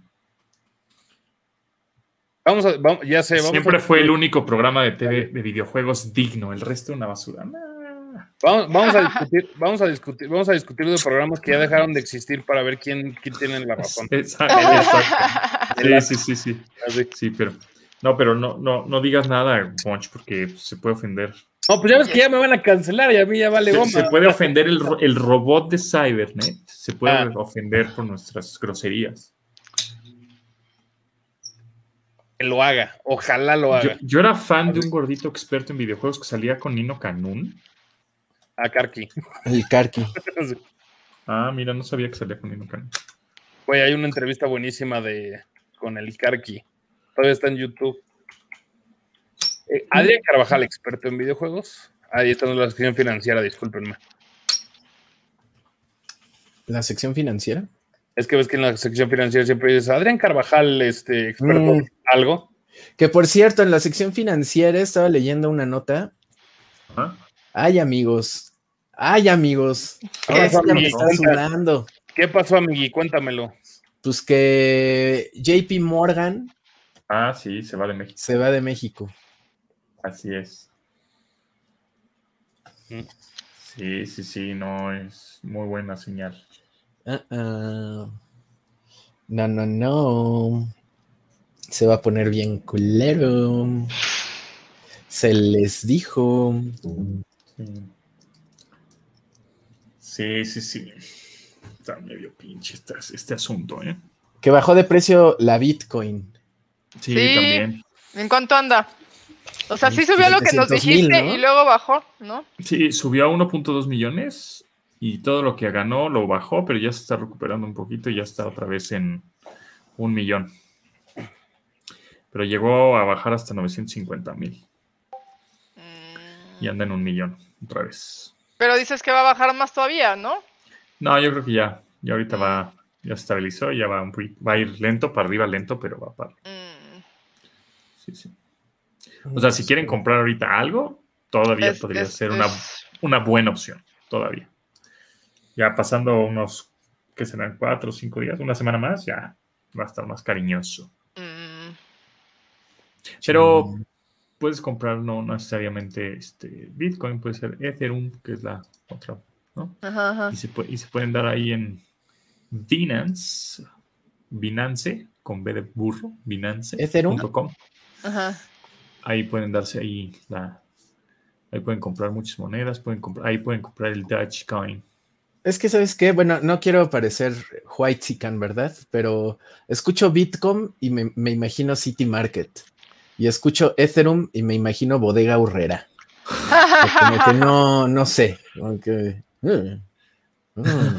Vamos a, vamos, ya sé, vamos Siempre a, fue el único programa de T V de videojuegos digno, el resto una basura. Nah. Vamos, vamos a discutir, vamos a discutir, vamos a discutir de programas que ya dejaron de existir para ver quién, quién tiene la razón. Exacto, exacto. Sí, sí, sí, sí. Así. Sí, pero no, pero no, no, no digas nada, Punch, porque se puede ofender. No, pues ya ves que ya me van a cancelar y a mí ya vale Se, goma. se puede ofender el, ro- el robot de Cybernet. Se puede Ah. ofender por nuestras groserías. Que lo haga, ojalá lo Yo, haga. yo era fan de un gordito experto en videojuegos que salía con Nino Canún. A Karki. El Karki. Ah, mira, no sabía que salía con Nino Canún. Güey, hay una entrevista buenísima de con el Karki. Todavía está en YouTube. Eh, Adrián Carvajal, experto en videojuegos. Ahí está en la sección financiera, discúlpenme. ¿La sección financiera? Es que ves que en la sección financiera siempre dices Adrián Carvajal, este experto Mm. en algo. Que por cierto, en la sección financiera estaba leyendo una nota. ¿Ah? Ay, amigos. Ay, amigos. Ahora, Esto Sammy, me está cuenta. sudando. ¿Qué pasó, amigui? Cuéntamelo. Pues que J P Morgan Ah, sí, se va de México. se va de México. Así es. Mm. Sí, sí, sí, no, es muy buena señal. Uh-uh. No, no, no. Se va a poner bien culero. Se les dijo. Sí, sí, sí. sí. Está medio pinche este, este asunto, ¿eh? Que bajó de precio la Bitcoin. Sí, Sí. también. ¿En cuánto anda? O sea, sí subió lo que nos setecientos mil, dijiste ¿no? y luego bajó, ¿no? Sí, subió a uno punto dos millones y todo lo que ganó lo bajó, pero ya se está recuperando un poquito y ya está otra vez en un millón. Pero llegó a bajar hasta novecientos cincuenta mil Mm, y anda en un millón otra vez. Pero dices que va a bajar más todavía, ¿no? No, yo creo que ya, ya ahorita va, ya se estabilizó, ya va, un, poquito- va a ir lento para arriba, lento, pero va para. Mm, Sí, sí. O sea, si quieren comprar ahorita algo, todavía es- podría es- ser una, es- una buena opción, todavía. Ya pasando unos, ¿qué serán? Cuatro o cinco días, una semana más, ya va a estar más cariñoso. mm, Pero puedes comprar no necesariamente este Bitcoin, puede ser Ethereum, que es la otra, ¿no? ajá, ajá. Y se, puede, y se pueden dar ahí en Binance, Binance, con B de burro, Binance Ethereum. punto com. Ajá. Ahí pueden darse ahí la... Ahí pueden comprar muchas monedas, pueden comprar, ahí pueden comprar el Dogecoin. Es que, ¿sabes qué? Bueno, no quiero parecer whitezican, ¿verdad? Pero escucho Bitcoin y me, me imagino City Market. Y escucho Ethereum y me imagino Bodega Urrera. Como que no, no sé. Como que, eh, mm.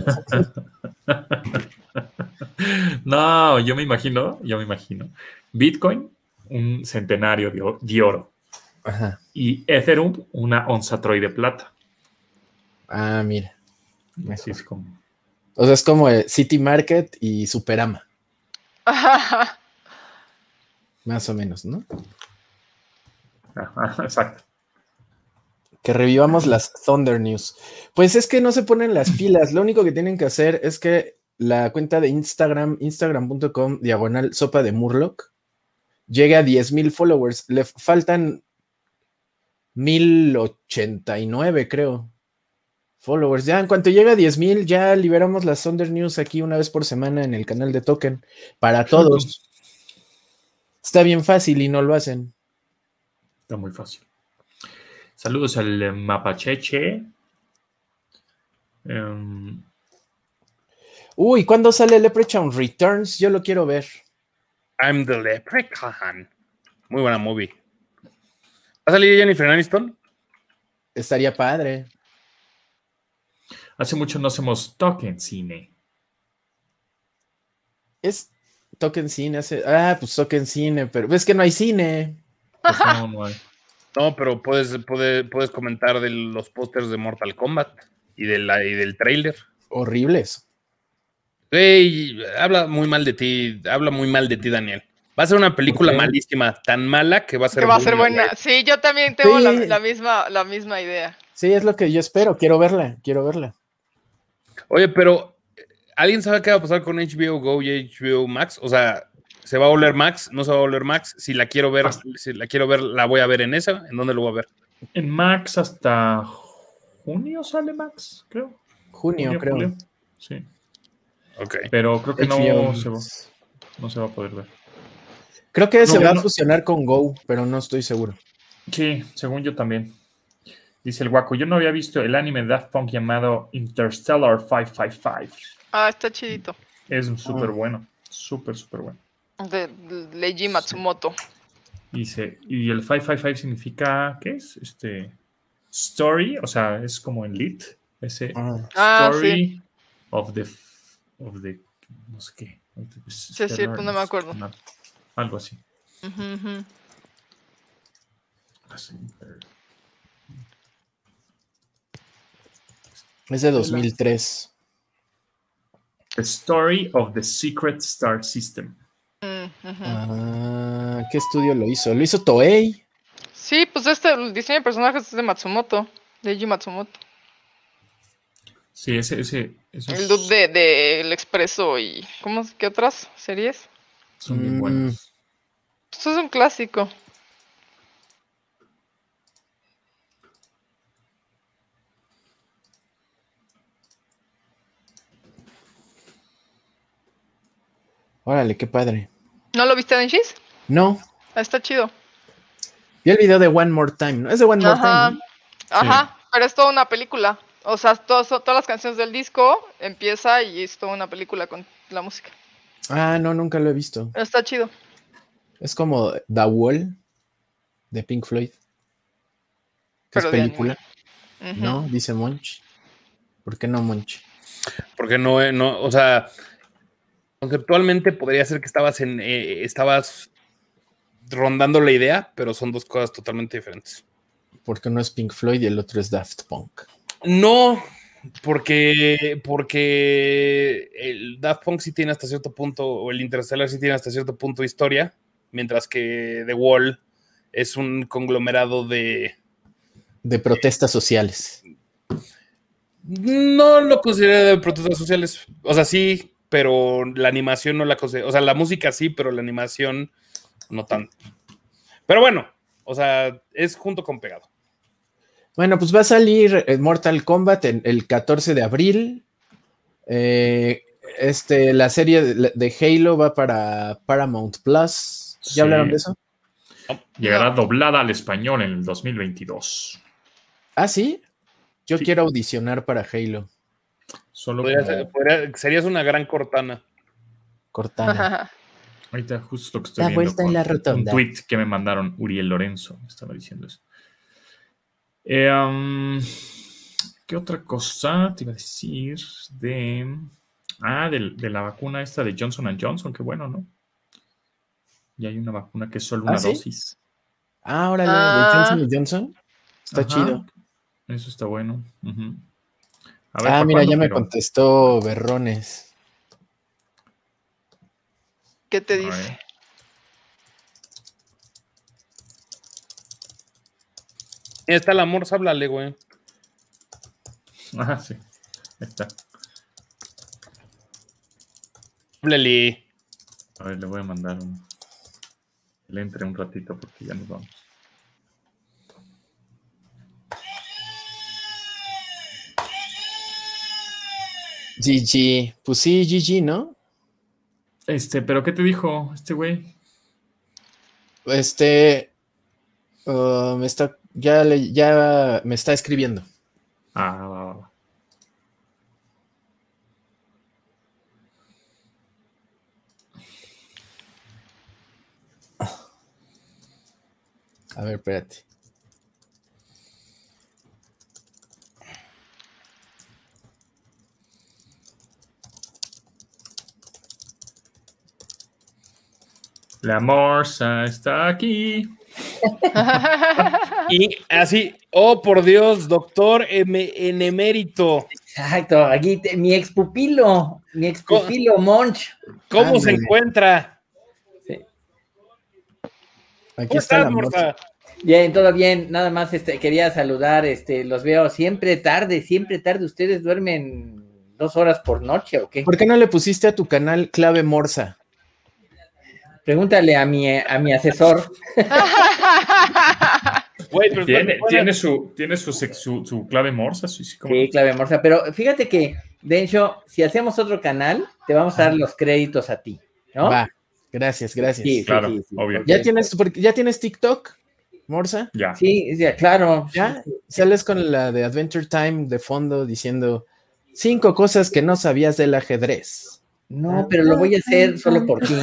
No, yo me imagino, yo me imagino. Bitcoin, un centenario de, o- de oro. Ajá. Y Ethereum, una onza troy de plata. Ah, mira. Así es como. O sea, es como eh, City Market y Superama, más o menos, ¿no? Ajá, exacto. Que revivamos las Thunder News. Pues es que no se ponen las pilas. Lo único que tienen que hacer es que la cuenta de Instagram, instagram punto com, diagonal sopa de Murloc, llegue a diez mil followers. Le faltan mil ochenta y nueve, creo, followers. Ya en cuanto llegue a diez mil, ya liberamos las Thunder News aquí una vez por semana en el canal de Token para todos. Está bien fácil y no lo hacen. Está muy fácil. Saludos al eh, Mapacheche. Um, Uy, ¿cuándo sale Leprechaun Returns? Yo lo quiero ver. I'm the Leprechaun. Muy buena movie. ¿Va a salir Jennifer Aniston? Estaría padre. hace mucho no hacemos Token Cine. Es Token Cine. Hace... Ah, pues Token Cine, pero es que no hay cine. Pues no, no hay. No, pero puedes, puedes, puedes comentar de los pósters de Mortal Kombat y, de la, y del trailer. Horribles. Hey, habla muy mal de ti, habla muy mal de ti, Daniel. Va a ser una película Ok. malísima, tan mala que va a ser Que va a ser buena. buena. Sí, yo también tengo Sí. la, la misma, la misma idea. Sí, es lo que yo espero. Quiero verla, quiero verla. Oye, pero ¿alguien sabe qué va a pasar con H B O Go y H B O Max? O sea, ¿se va a volver Max? ¿No se va a volver Max? Si la quiero ver, Hasta- si la quiero ver, ¿la voy a ver en esa? ¿En dónde lo voy a ver? En Max hasta junio sale Max, creo. Junio, Junio, creo. julio. Sí, Ok. pero creo que H B O no se, va, Max. no se va a poder ver. Creo que No, se va no. a fusionar con Go, pero no estoy seguro. Sí, según yo también. Dice el guaco, yo no había visto el anime de Daft Punk llamado Interstellar quinientos cincuenta y cinco. Ah, está chidito. Es súper Ah. bueno, súper, súper bueno. De de Leiji Matsumoto. Dice, y el quinientos cincuenta y cinco significa, ¿qué es? Este, story, o sea, es como en lit, ese Ah. Ah, story of the, of the, no sé qué. Sí, es cierto, no me acuerdo. Algo así. Ujú, ujú. Es de dos mil tres. The story of the secret star system. Mm, ujú. Ah, ¿qué estudio lo hizo? Lo hizo Toei. Sí, pues este, el diseño de personajes es de Matsumoto, de Eiji Matsumoto. Sí, ese, ese, esos El dude de, de El Expreso y... ¿Cómo? ¿Qué otras series? son bien Mm. buenos. Esto es un clásico. Órale, qué padre. ¿No lo viste, Denchis? No, Ah, está chido. vi el video de One More Time, ¿no? Es de One More Ajá, Time, ¿no? ajá, pero es toda una película. O sea, todas, todas las canciones del disco empieza y es toda una película con la música. Ah, no, nunca lo he visto. Está chido. Es como The Wall de Pink Floyd. ¿Qué es Pero de película? anime. Ujú. No, dice Monch. ¿Por qué no Monch? Porque no, eh, no, o sea, conceptualmente podría ser que estabas en, eh, estabas rondando la idea, pero son dos cosas totalmente diferentes. Porque uno es Pink Floyd y el otro es Daft Punk. No, porque, porque el Daft Punk sí tiene hasta cierto punto, o el Interstellar sí tiene hasta cierto punto historia, mientras que The Wall es un conglomerado de... De protestas sociales. No lo considero de protestas sociales, o sea, sí, pero la animación no la considero, o sea, la música sí, pero la animación no tanto. Pero bueno, o sea, es junto con pegado. Bueno, pues va a salir eh, Mortal Kombat en el catorce de abril. Eh, este, la serie de, de Halo va para Paramount Plus. ¿Ya Sí. hablaron de eso? Llegará No. doblada al español en el dos mil veintidós. Ah, sí. Yo Sí. quiero audicionar para Halo. Solo Podría como- ser- podría- serías una gran Cortana. Cortana. ahorita justo que estoy La viendo vuelta en con la un rotonda. tweet que me mandaron Uriel Lorenzo, me estaba diciendo eso. Eh, um, ¿qué otra cosa te iba a decir de... Ah, de, de la vacuna esta de Johnson and Johnson, qué bueno, ¿no? Y hay una vacuna que es solo ¿Ah, una sí? dosis. Ah, órale, de Ah. Johnson y Johnson. Está Ajá. chido. Eso está bueno. Ujú. A ver, Ah, ¿pa' mira, cuándo? ya me Pero- contestó Berrones. ¿Qué te A dice? ver. Está el amor, háblale, güey. Ajá, sí. Ahí está. Háblale. A ver, le voy a mandar un... Le entre un ratito porque ya nos vamos. G G. Pues sí, G G, ¿no? Este, ¿pero qué te dijo este güey? Este. uh, me está. Ya, le, ya me está escribiendo. Ah, va, va, va. A ver, espérate. La morsa está aquí. Y así, oh por Dios, doctor M en emérito. Exacto, aquí te- mi ex pupilo, mi ex pupilo Monch. ¿Cómo se Ándale. encuentra? Sí. Aquí ¿Cómo está estás, la Morsa? Morsa. Bien, todo bien. Nada más este, quería saludar, este, los veo siempre tarde, siempre tarde. ¿Ustedes duermen dos horas por noche o qué? ¿Por qué no le pusiste a tu canal clave Morsa? Pregúntale a mi, a mi asesor. Güey, pero Tiene, estás- tiene, su, tiene su, sex- su, su clave morsa, sí, sí, cómo Sí, no. clave morsa. Pero fíjate que, de hecho, si hacemos otro canal, te vamos a dar los créditos a ti, ¿no? Va, gracias, gracias. Sí, sí, Claro, sí, sí, obvio. porque- ¿Ya tienes, porque- ¿Ya tienes TikTok, Morsa? Ya. Sí, sí, claro. ¿Ya? Sales con la de Adventure Time de fondo diciendo cinco cosas que no sabías del ajedrez. No, pero lo voy a hacer solo por ti.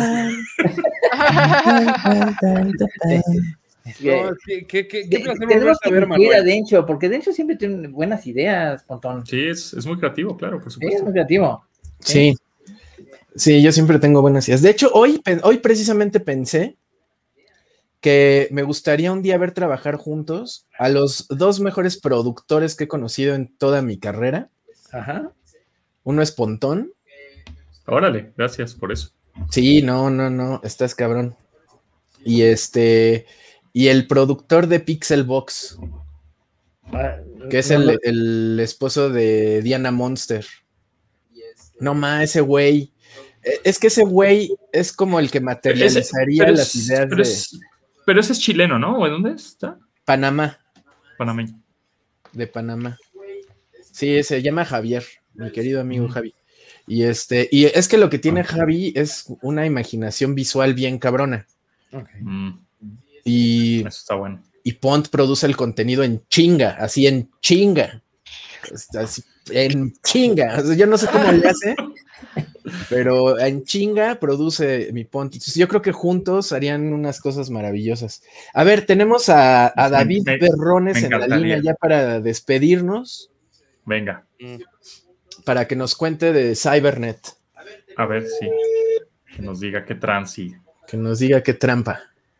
Es que- No, ¿qué, qué, qué, qué de- placer tenemos volverte que a ver, incluir a Manuel. Dencho, porque Dencho siempre tiene buenas ideas, Pontón. Sí, es, es muy creativo, claro, por Sí, es supuesto. muy creativo. Sí, sí, yo siempre tengo buenas ideas. De hecho, hoy, pe- hoy precisamente pensé que me gustaría un día ver trabajar juntos a los dos mejores productores que he conocido en toda mi carrera. Ajá. Uno es Pontón. Órale, gracias por eso. Sí, no, no, no, estás cabrón. Y este, y el productor de Pixelbox, Ah, que es no, el, no, el esposo de Diana Monster. No ma, ese güey. Eh, Es que ese güey es como el que materializaría Pero las es- ideas pero de es- pero ese es chileno, ¿no? ¿O de dónde está? Panamá, Panameño. de Panamá. Sí, se llama Javier, mi querido amigo Mm. Javi. Y este, y es que lo que tiene Javi es una imaginación visual bien cabrona. ok. Mm, Y, eso está bueno. y Pont produce el contenido en chinga, así en chinga. Así, en chinga. O sea, yo no sé cómo le hace, pero en chinga produce mi Pont. Entonces, yo creo que juntos harían unas cosas maravillosas. A ver, tenemos a, a Me- David me- Berrones me en la encantaría. línea ya para despedirnos, Venga, para que nos cuente de Cybernet, a ver si que nos diga qué transi. que nos diga qué trampa.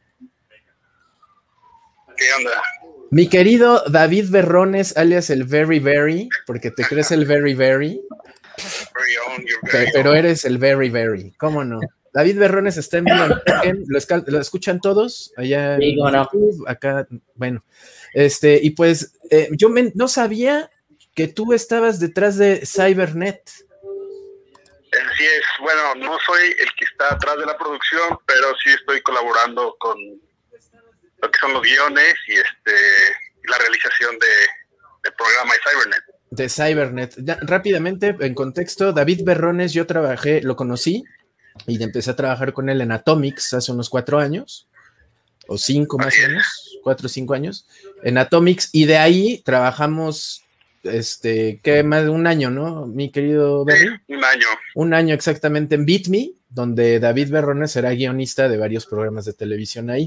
¿Qué onda? Mi querido David Berrones, alias el Very Very, porque te crees el Very Very, Very own, your pe- very pero own. eres el Very Very, ¿cómo no? David Berrones está en vivo en Tekken, ¿lo, escal- lo escuchan todos? Allá Sí, en cómo no. YouTube, acá, bueno. Este, y pues eh, yo me- no sabía que tú estabas detrás de Cybernet. Así es, bueno, no soy el que está atrás de la producción, pero sí estoy colaborando con lo que son los guiones y este y la realización de, del programa de Cybernet. De Cybernet. Ya, rápidamente, en contexto, David Berrones, yo trabajé, lo conocí y empecé a trabajar con él en Atomics hace unos cuatro años, o cinco más o menos, cuatro o cinco años, en Atomics, y de ahí trabajamos, este, ¿qué más de un año, no, mi querido Berry? Sí, un año. Un año exactamente en Beat Me, donde David Berrones era guionista de varios programas de televisión ahí.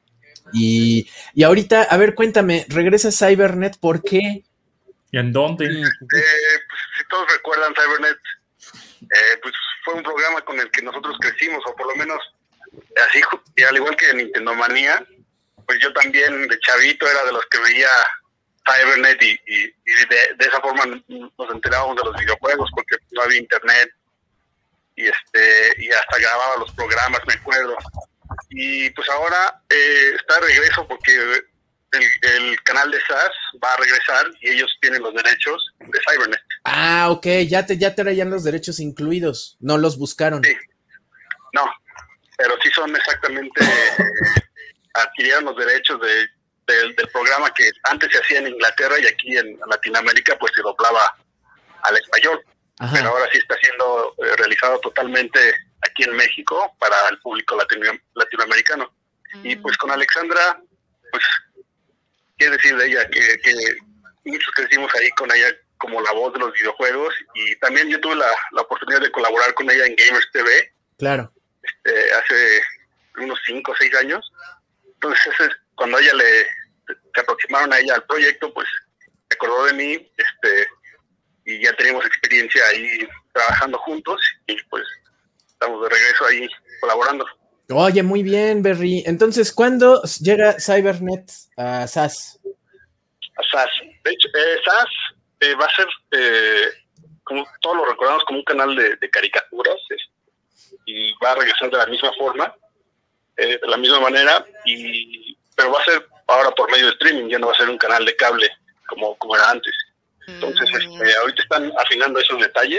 Y, y ahorita, a ver, cuéntame, regresa Cybernet, ¿por qué? ¿Y en dónde? Eh, pues, si todos recuerdan, Cybernet eh, pues fue un programa con el que nosotros crecimos, o por lo menos así, ju- y al igual que Nintendo Manía, pues yo también de chavito era de los que veía Cybernet y, y, y de, de esa forma nos enterábamos de los videojuegos porque no había internet y este y hasta grababa los programas, me acuerdo. Y pues ahora eh, está de regreso porque el, el canal de S A S va a regresar y ellos tienen los derechos de Cybernet. Ah, ok, ya te ya traían los derechos incluidos, no los buscaron. Sí. No, pero sí son exactamente, eh, adquirieron los derechos de, de- del programa que antes se hacía en Inglaterra y aquí en Latinoamérica pues se doblaba al español, pero Ajá. ahora sí está siendo eh, realizado totalmente aquí en México para el público latino- latinoamericano. Y pues con Alexandra, pues, qué decir de ella, que, que muchos crecimos ahí con ella como la voz de los videojuegos y también yo tuve la, la oportunidad de colaborar con ella en Gamers T V Claro. eh, hace unos cinco o seis años. Entonces ese es cuando a ella le se aproximaron a ella al proyecto, pues se acordó de mí, este y ya tenemos experiencia ahí trabajando juntos y pues estamos de regreso ahí colaborando. Oye, muy bien, Berry. Entonces, ¿cuándo llega Cybernet a S A S? A S A S. De hecho, eh, S A S eh, va a ser, eh, como todos lo recordamos, como un canal de, de caricaturas, es- y va a regresar de la misma forma. eh, de la misma manera, y pero va a ser ahora por medio de streaming, ya no va a ser un canal de cable como, como era antes. Entonces, Mm. este, ahorita están afinando esos detalles,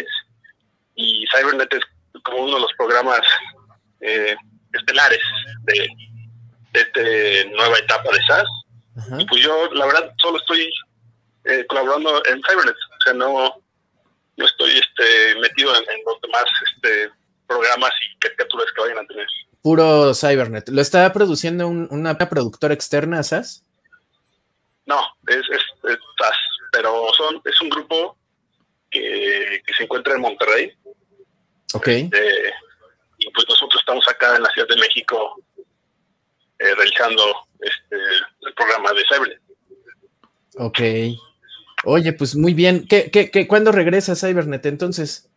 y Cybernet es como uno de los programas eh, estelares de, de esta nueva etapa de S A S. Ajá. Y pues yo, la verdad, solo estoy eh, colaborando en Cybernet, o sea, no, no estoy este, metido en, en los demás este, programas y caricaturas que vayan a tener. Puro Cybernet. ¿Lo está produciendo un- una productora externa a S A S? No, es, es, es S A S, pero son, es un grupo que, que se encuentra en Monterrey. Ok. Eh, y pues nosotros estamos acá en la Ciudad de México eh, realizando este, el programa de Cybernet. Ok. Oye, pues muy bien. ¿Qué, qué, qué, ¿Cuándo regresa Cybernet entonces?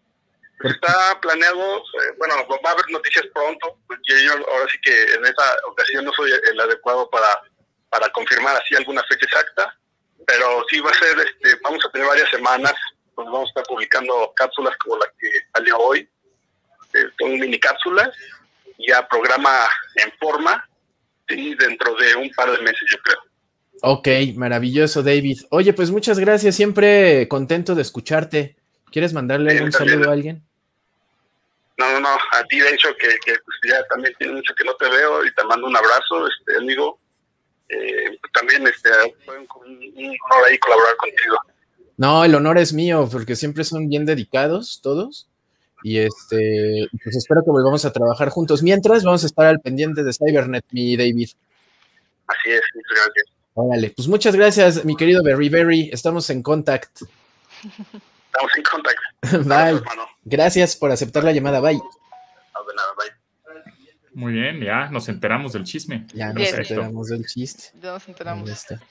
Está planeado, eh, bueno, va a haber noticias pronto, pues yo, yo ahora sí que en esta ocasión no soy el adecuado para, para confirmar así alguna fecha exacta, pero sí va a ser, este, vamos a tener varias semanas, donde vamos a estar publicando cápsulas como la que salió hoy, eh, son mini cápsulas, ya programa en forma, sí, dentro de un par de meses yo creo. Ok, maravilloso, David. Oye, pues muchas gracias. Siempre contento de escucharte. ¿Quieres mandarle Sí, algún también. saludo a alguien? No, no, no, a ti de hecho que, que pues, ya también tiene mucho que no te veo y te mando un abrazo, este amigo. Eh, también este fue un, un honor ahí colaborar contigo. No, el honor es mío, porque siempre son bien dedicados todos. Y este, pues espero que volvamos a trabajar juntos. Mientras, vamos a estar al pendiente de Cybernet, mi David. Así es, muchas gracias. Órale, pues muchas gracias, mi querido Berry Berry. Estamos en contacto. Estamos en contacto. Bye. Hermano. Gracias por aceptar la llamada. Bye. No, de nada, bye. Muy bien, ya nos enteramos del chisme. Ya nos Bien. enteramos del chiste. Ya nos enteramos. Ahí está.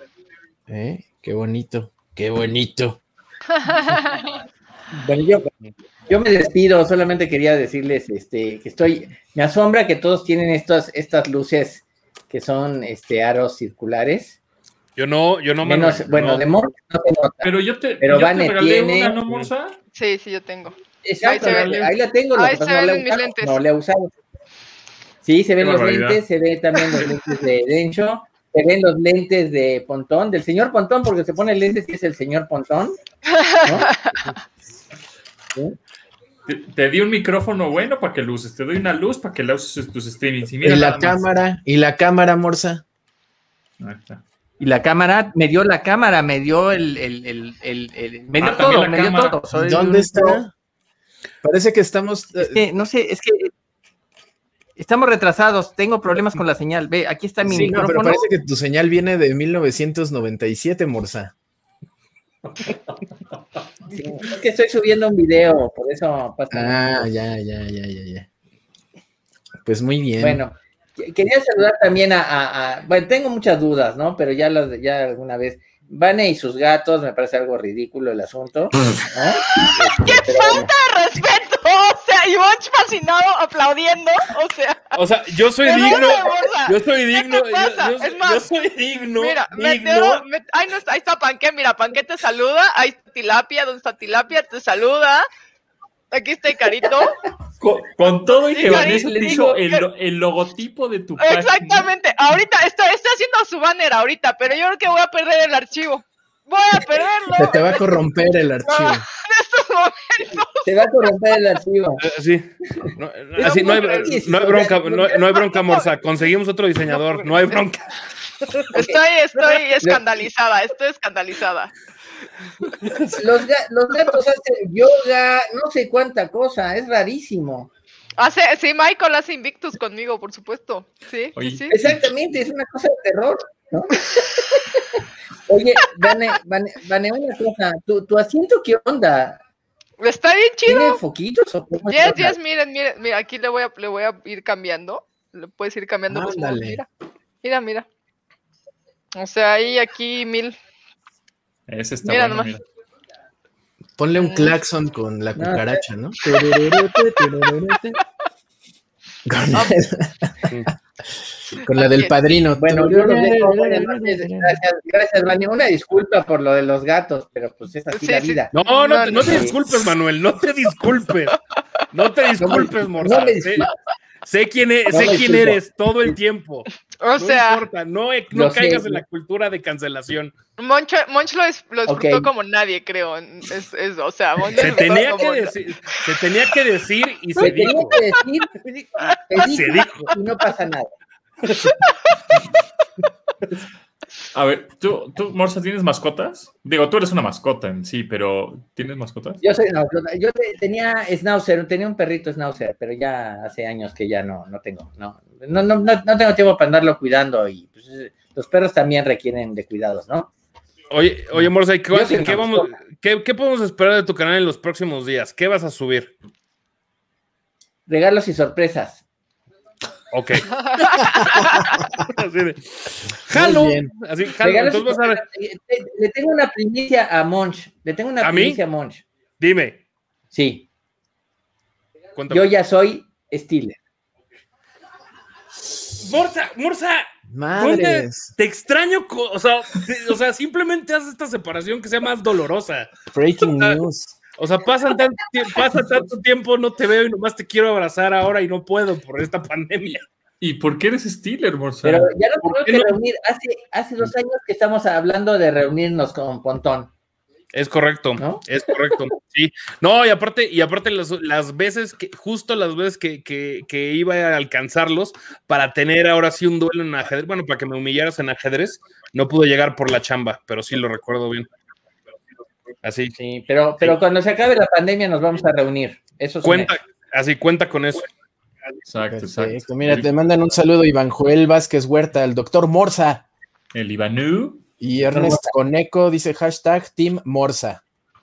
¿Eh? Qué bonito, qué bonito. Bueno, yo, yo me despido, solamente quería decirles este, que estoy, me asombra que todos tienen estas, estas luces que son este, aros circulares. Yo no, yo no me Menos, bueno, no. de Morsa no se nota. Pero yo te, Pero yo te Vane regalé tiene- una, ¿no, Morsa? Sí, sí, yo tengo. Exacto, ahí se ahí, ve. ahí la tengo, lo Ahí que pasa se no la he ven mis usado, lentes. no la he usado. Sí, se ven Qué los barbaridad. lentes, se ven también los lentes de Dencho, se ven los lentes de Pontón, del señor Pontón, porque se pone lentes y es el señor Pontón, ¿no? ¿Sí? Te, te di un micrófono bueno para que lo uses, te doy una luz para que la uses en tus streamings. Y mira Y la nada más. cámara, y la cámara, Morsa. Ahí está. Y la cámara, me dio la cámara, me dio el, el, el, el, el- me dio Ah, también todo, la me dio cámara. todo. Soy ¿Dónde un está? pro. Parece que estamos. Es que, no sé, es que estamos retrasados, tengo problemas con la señal. Ve, aquí está mi Sí, no, pero micrófono. parece que tu señal viene de mil novecientos noventa y siete, Morsa. Sí, es que estoy subiendo un video, por eso pasa. Ah, ya, ya, ya, ya, ya. Pues muy bien. Bueno, que- quería saludar también a, a- a- bueno, tengo muchas dudas, ¿no? Pero ya las de- ya alguna vez, Vane y sus gatos, me parece algo ridículo el asunto, ¿no? ¡Qué Este, pero bueno. falta de respeto! O sea, y Bunch fascinado, aplaudiendo. O sea, O sea, yo soy ¿de digno, dónde, Morsa? yo soy ¿Qué digno, te yo, pasa? yo- Es más, yo soy digno, mira, digno. Meteo, met- ay, no está, ahí está Panqué, mira, Panqué te saluda, ahí está Tilapia, ¿dónde está Tilapia? Te saluda. Aquí está Icarito. Con, con todo y que Sí, Vanessa sí, te sí, hizo sí. el, lo- el logotipo de tu página. Exactamente, ahorita estoy, estoy haciendo su banner ahorita, pero yo creo que voy a perder el archivo. Voy a perderlo. Se te va a corromper el archivo. En estos momentos. Se va a corromper el archivo. Eh, Sí, no, eh, así no hay, no hay bronca, no, no hay bronca, Morsa. Conseguimos otro diseñador, no hay bronca. Estoy, estoy escandalizada, estoy escandalizada. Los, ga- los gatos hacen yoga, no sé cuánta cosa, es rarísimo. Hace, sí, Michael hace Invictus conmigo, por supuesto. Sí, Oye, sí, sí. Exactamente, es una cosa de terror, ¿no? Oye, Vane, Vane, Vane, una cosa, ¿tu, tu asiento qué onda? Está bien ¿Tiene chido. foquitos o cómo es Yes, la onda? yes, miren, miren, mira, aquí le voy a, le voy a ir cambiando. Le puedes ir cambiando los modos, Ándale. mira. Mira, mira. O sea, ahí aquí mil. Ese está Mira bueno, nomás. mira. Ponle Mm. un claxon con la No, cucaracha, ¿no? Con, con la del padrino. Bueno, yo los dejo, buenas noches, gracias, gracias, Vane. Una disculpa por lo de los gatos, pero pues es así Sí, la sí. vida. No, no, No, te- no te no. disculpes, Manuel, no te disculpes. No te disculpes, Morsa. no me Sé, disculpo. Sé quién, es, Todo sé el quién tiempo. eres todo el tiempo. O No sea, importa, no, no Lo sé. caigas en la cultura de cancelación. Monch, Monch lo, es- lo Ok. disfrutó como nadie, creo. Es, es- o sea, Monch lo Se disfrutó tenía, como que na- decir, se tenía que decir y se Se tenía dijo. que decir, se Se dijo dijo. y no pasa nada. A ver, ¿tú, tú, Morsa, tienes mascotas? Digo, tú eres una mascota en sí, pero ¿tienes mascotas? Yo soy, no, yo, yo te- tenía Schnauzer, tenía un perrito Schnauzer, pero ya hace años que ya no, no tengo, no, no, no, no, no tengo tiempo para andarlo cuidando y pues, los perros también requieren de cuidados, ¿no? Oye, oye, Morsa, ¿y ¿qué, Yo soy qué una vamos, mascota. qué, qué podemos esperar de tu canal en los próximos días? ¿Qué vas a subir? Regalos y sorpresas. Ok. Así de, ¡jalo! Muy bien. Así, jalo. Regalos y Entonces vas a ver, sorpresas. Le, le tengo una primicia a Monch, le tengo una ¿A mí? primicia a Monch. dime. Sí, Cuéntame. yo ya soy Steeler. Morsa, Morsa, Madres. te extraño, co- o sea, te- o sea, simplemente haz esta separación que sea más dolorosa. Breaking news. O sea, pasan tanto, tie- pasa tanto tiempo, no te veo y nomás te quiero abrazar ahora y no puedo por esta pandemia. ¿Y por qué eres Steeler, Morsa? Pero ya no ¿por tenemos qué que no? reunir. Hace, hace dos años que estamos hablando de reunirnos con Pontón. Es correcto, ¿No? es correcto, sí. No, y aparte, y aparte las, las veces que, justo las veces que, que, que iba a alcanzarlos para tener ahora sí un duelo en ajedrez, bueno, para que me humillaras en ajedrez, no pude llegar por la chamba, pero sí lo recuerdo bien. Así, Sí, pero, pero cuando se acabe la pandemia nos vamos a reunir. Eso es un cuenta, hecho. así cuenta con eso. Exacto, Perfecto. exacto. Mira, te mandan un saludo Iván Joel Vázquez Huerta, el doctor Morsa. El Ivanú. Y Ernest Coneco dice hashtag Team Morsa.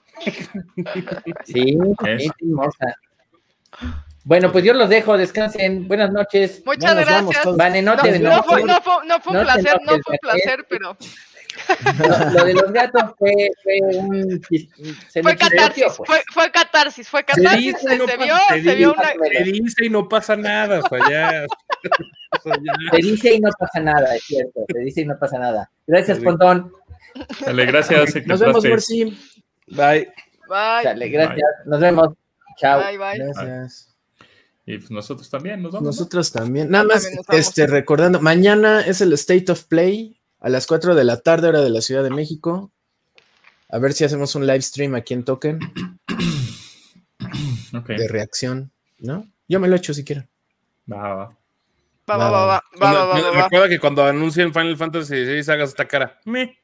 Sí, Eso. sí, sí, Morsa. Bueno, pues yo los dejo, descansen. Buenas noches. Muchas Ya nos vamos gracias. todos. Vane, no No, te no no, fue, no fue- no fue un no te placer, no enojes, fue un Raquel. placer, pero Lo, lo de los gatos fue, fue un chis- se me fue catarsis, chispoteó, pues. fue, fue catarsis, fue Se catarsis, dice, se, no se pasa- vio, se se dice, vio una... Se dice y no pasa nada, o sea, ya. O sea, ya. Se dice y no pasa nada, es cierto. Se dice y no pasa nada. Gracias, Sí. Pontón. Dale, gracias. que Nos vemos, entraste. Morsi. Bye. Bye, Dale, gracias. Nos vemos. Chao. bye, bye. Gracias. Y pues nosotros también nos vamos. Nosotros también. Nada más, También nos vamos. este, recordando, mañana es el State of Play a las cuatro de la tarde, hora de la Ciudad de México. A ver si hacemos un live stream aquí en Token ¿no? Ok. de reacción, ¿no? Yo me lo echo si quieren. Va, va, va. Va, va, va, va, va, Cuando- va, va, va, va. Recuerda que cuando anuncien Final Fantasy dieciséis hagas esta cara. Me.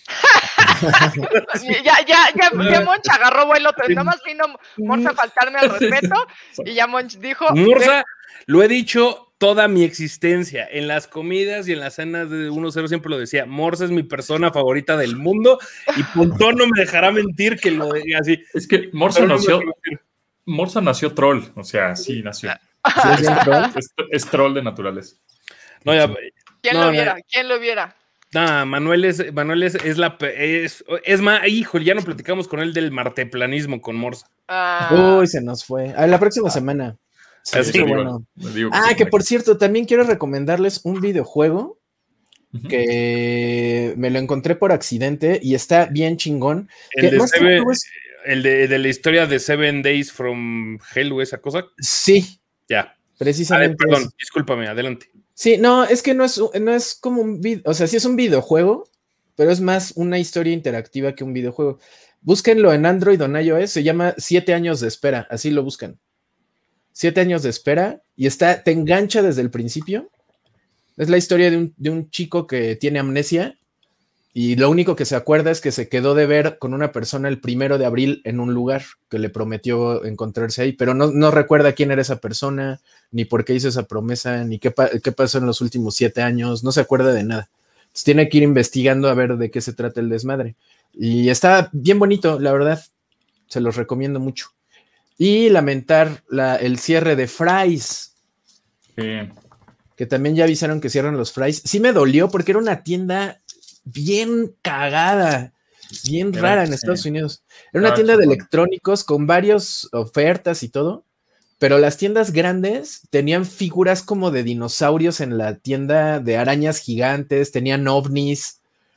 Ya, ya, ya, ya Monch agarró vuelo, pero nada más vino Morsa a faltarme al respeto y ya Monch dijo... Morsa, lo he dicho toda mi existencia. En las comidas y en las cenas de uno cero siempre lo decía. Morsa es mi persona favorita del mundo y Pontón no me dejará mentir que lo diga así. Es que Morsa Pero no me nació, dejará mentir. Morsa nació troll, o sea, sí nació. ¿Sí es bien troll? Es, es troll de naturaleza. No, ya, ¿Quién no, lo no. viera? ¿Quién lo viera? no, Manuel es, Manuel es, es la pe- es, es más, hijo, ya no platicamos con él del marteplanismo con Morsa. Ah, Uy, se nos fue. A la próxima semana. Sí, Así qué Te digo- bueno. te digo Ah, sí, que me- por cierto, también quiero recomendarles un videojuego Ujú. que me lo encontré por accidente y está bien chingón. El Que de, más que Seven- juego es- el de, de la historia de Seven Days from Hell o esa cosa. Sí, Ya. A ver, precisamente. perdón, eso. discúlpame, adelante. Sí, no, es que no es, un- no es como un video, o sea, sí es un videojuego, pero es más una historia interactiva que un videojuego. Búsquenlo en Android o en iOS, se llama Siete años de espera, así lo buscan. Siete años de espera y está, te engancha desde el principio. Es la historia de un, de un chico que tiene amnesia y lo único que se acuerda es que se quedó de ver con una persona el primero de abril en un lugar que le prometió encontrarse ahí, pero no, no recuerda quién era esa persona, ni por qué hizo esa promesa, ni qué, pa- qué pasó en los últimos siete años, no se acuerda de nada. Entonces tiene que ir investigando a ver de qué se trata el desmadre. Y está bien bonito, la verdad, se los recomiendo mucho. Y lamentar la, el cierre de Fry's, Sí. que también ya avisaron que cierran los Fry's. Sí me dolió porque era una tienda bien cagada, bien Era- rara en sí. Estados Unidos. Era una Ah, tienda de chingón. electrónicos con varias ofertas y todo, pero las tiendas grandes tenían figuras como de dinosaurios en la tienda, de arañas gigantes, tenían ovnis,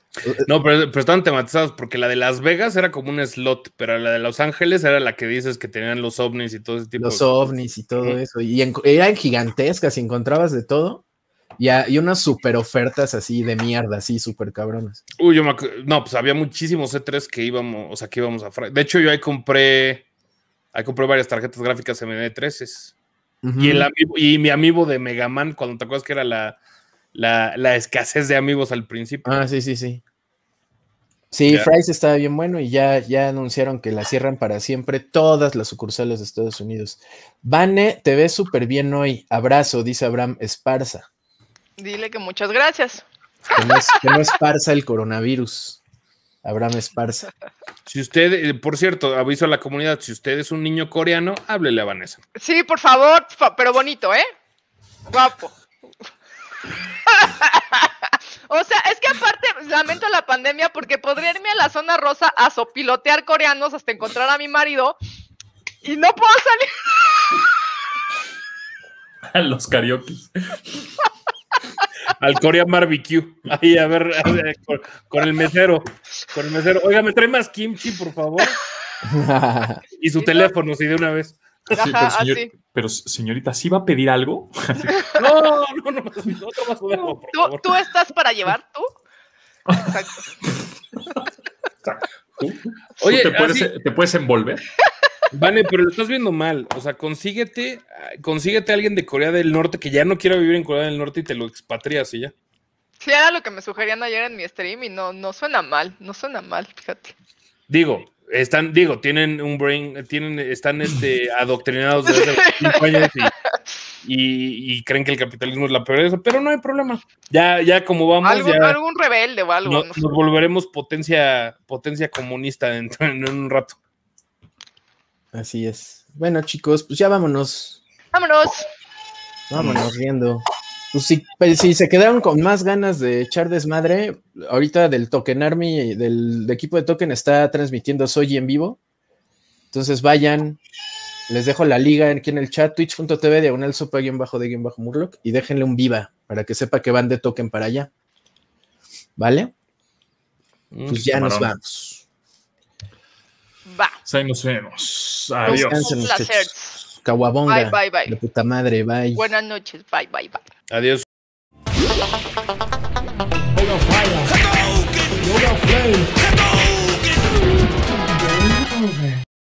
No, pero, pero estaban tematizados porque la de Las Vegas era como un slot, pero la de Los Ángeles era la que dices que tenían los ovnis y todo ese tipo Los de cosas. ovnis y todo eso. Y en, eran gigantescas y encontrabas de todo. Y, a, y unas super ofertas así de mierda, así súper cabronas. Uy, yo me acu- no, pues había muchísimos C tres que íbamos, o sea, que íbamos a... fra- De hecho, yo ahí compré, ahí compré varias tarjetas gráficas M D trece. Uh-huh. Y, el amiibo- y mi amiibo de Mega Man, cuando te acuerdas que era la, la, la escasez de amigos al principio. Ah, sí, sí, sí. Sí, Ya. Fry's estaba bien bueno y ya, ya anunciaron que la cierran para siempre todas las sucursales de Estados Unidos. Vane, te ves súper bien hoy. Abrazo, dice Abraham Esparza. Dile que muchas gracias. Que no, es, que no esparza el coronavirus. Abraham Esparza. Si usted, eh, por cierto, aviso a la comunidad, si usted es un niño coreano, háblele a Vanessa. Sí, por favor, fa- pero bonito, ¿eh? Guapo. O sea, es que aparte lamento la pandemia porque podría irme a la zona rosa a sopilotear coreanos hasta encontrar a mi marido y no puedo salir. Los karaoke. Al Korean Barbecue. Ahí, a ver, a ver, con, con el mesero. Con el mesero. Oiga, ¿me trae más kimchi, por favor? Y su teléfono, sí, de una vez. Sí, pero, Ajá, señor- así. pero, señorita, ¿sí va a pedir algo? No, no, no, no, otro más moderno, por ¿Tú, favor. ¿Tú estás para llevar tú? Exacto. Oye, ¿Tú te, puedes, así- ¿te puedes envolver? Vane, pero lo estás viendo mal. O sea, consíguete, consíguete a alguien de Corea del Norte que ya no quiera vivir en Corea del Norte y te lo expatrias y ya. Sí, era lo que me sugerían ayer en mi stream y no, no suena mal, no suena mal, fíjate. Digo, están, digo, tienen un brain, tienen, están este, adoctrinados desde hace cinco años y, y, y creen que el capitalismo es la peor de eso, pero no hay problema. Ya, ya como vamos, Algún, ya algún rebelde o algo. no- ¿no? nos volveremos potencia, potencia comunista en, en un rato. Así es. Bueno, chicos, pues ya vámonos. Vámonos. Vámonos riendo. Pues si, pues si se quedaron con más ganas de echar desmadre, ahorita del Token Army, del equipo de Token está transmitiendo Soy en vivo. Entonces vayan, les dejo la liga aquí en el chat, twitch punto tv, diagonal sopa guión bajo de guión bajo Murloc, y déjenle un viva para que sepa que van de Token para allá. ¿Vale? Pues ya nos Camarón. vamos. Va. Pues ahí nos vemos. Adiós. Descansen, Un placer. muchachos. Caguabonga. Bye, bye, bye. De puta madre, bye. Buenas noches. Bye, bye, bye. Adiós. Yoga Flame.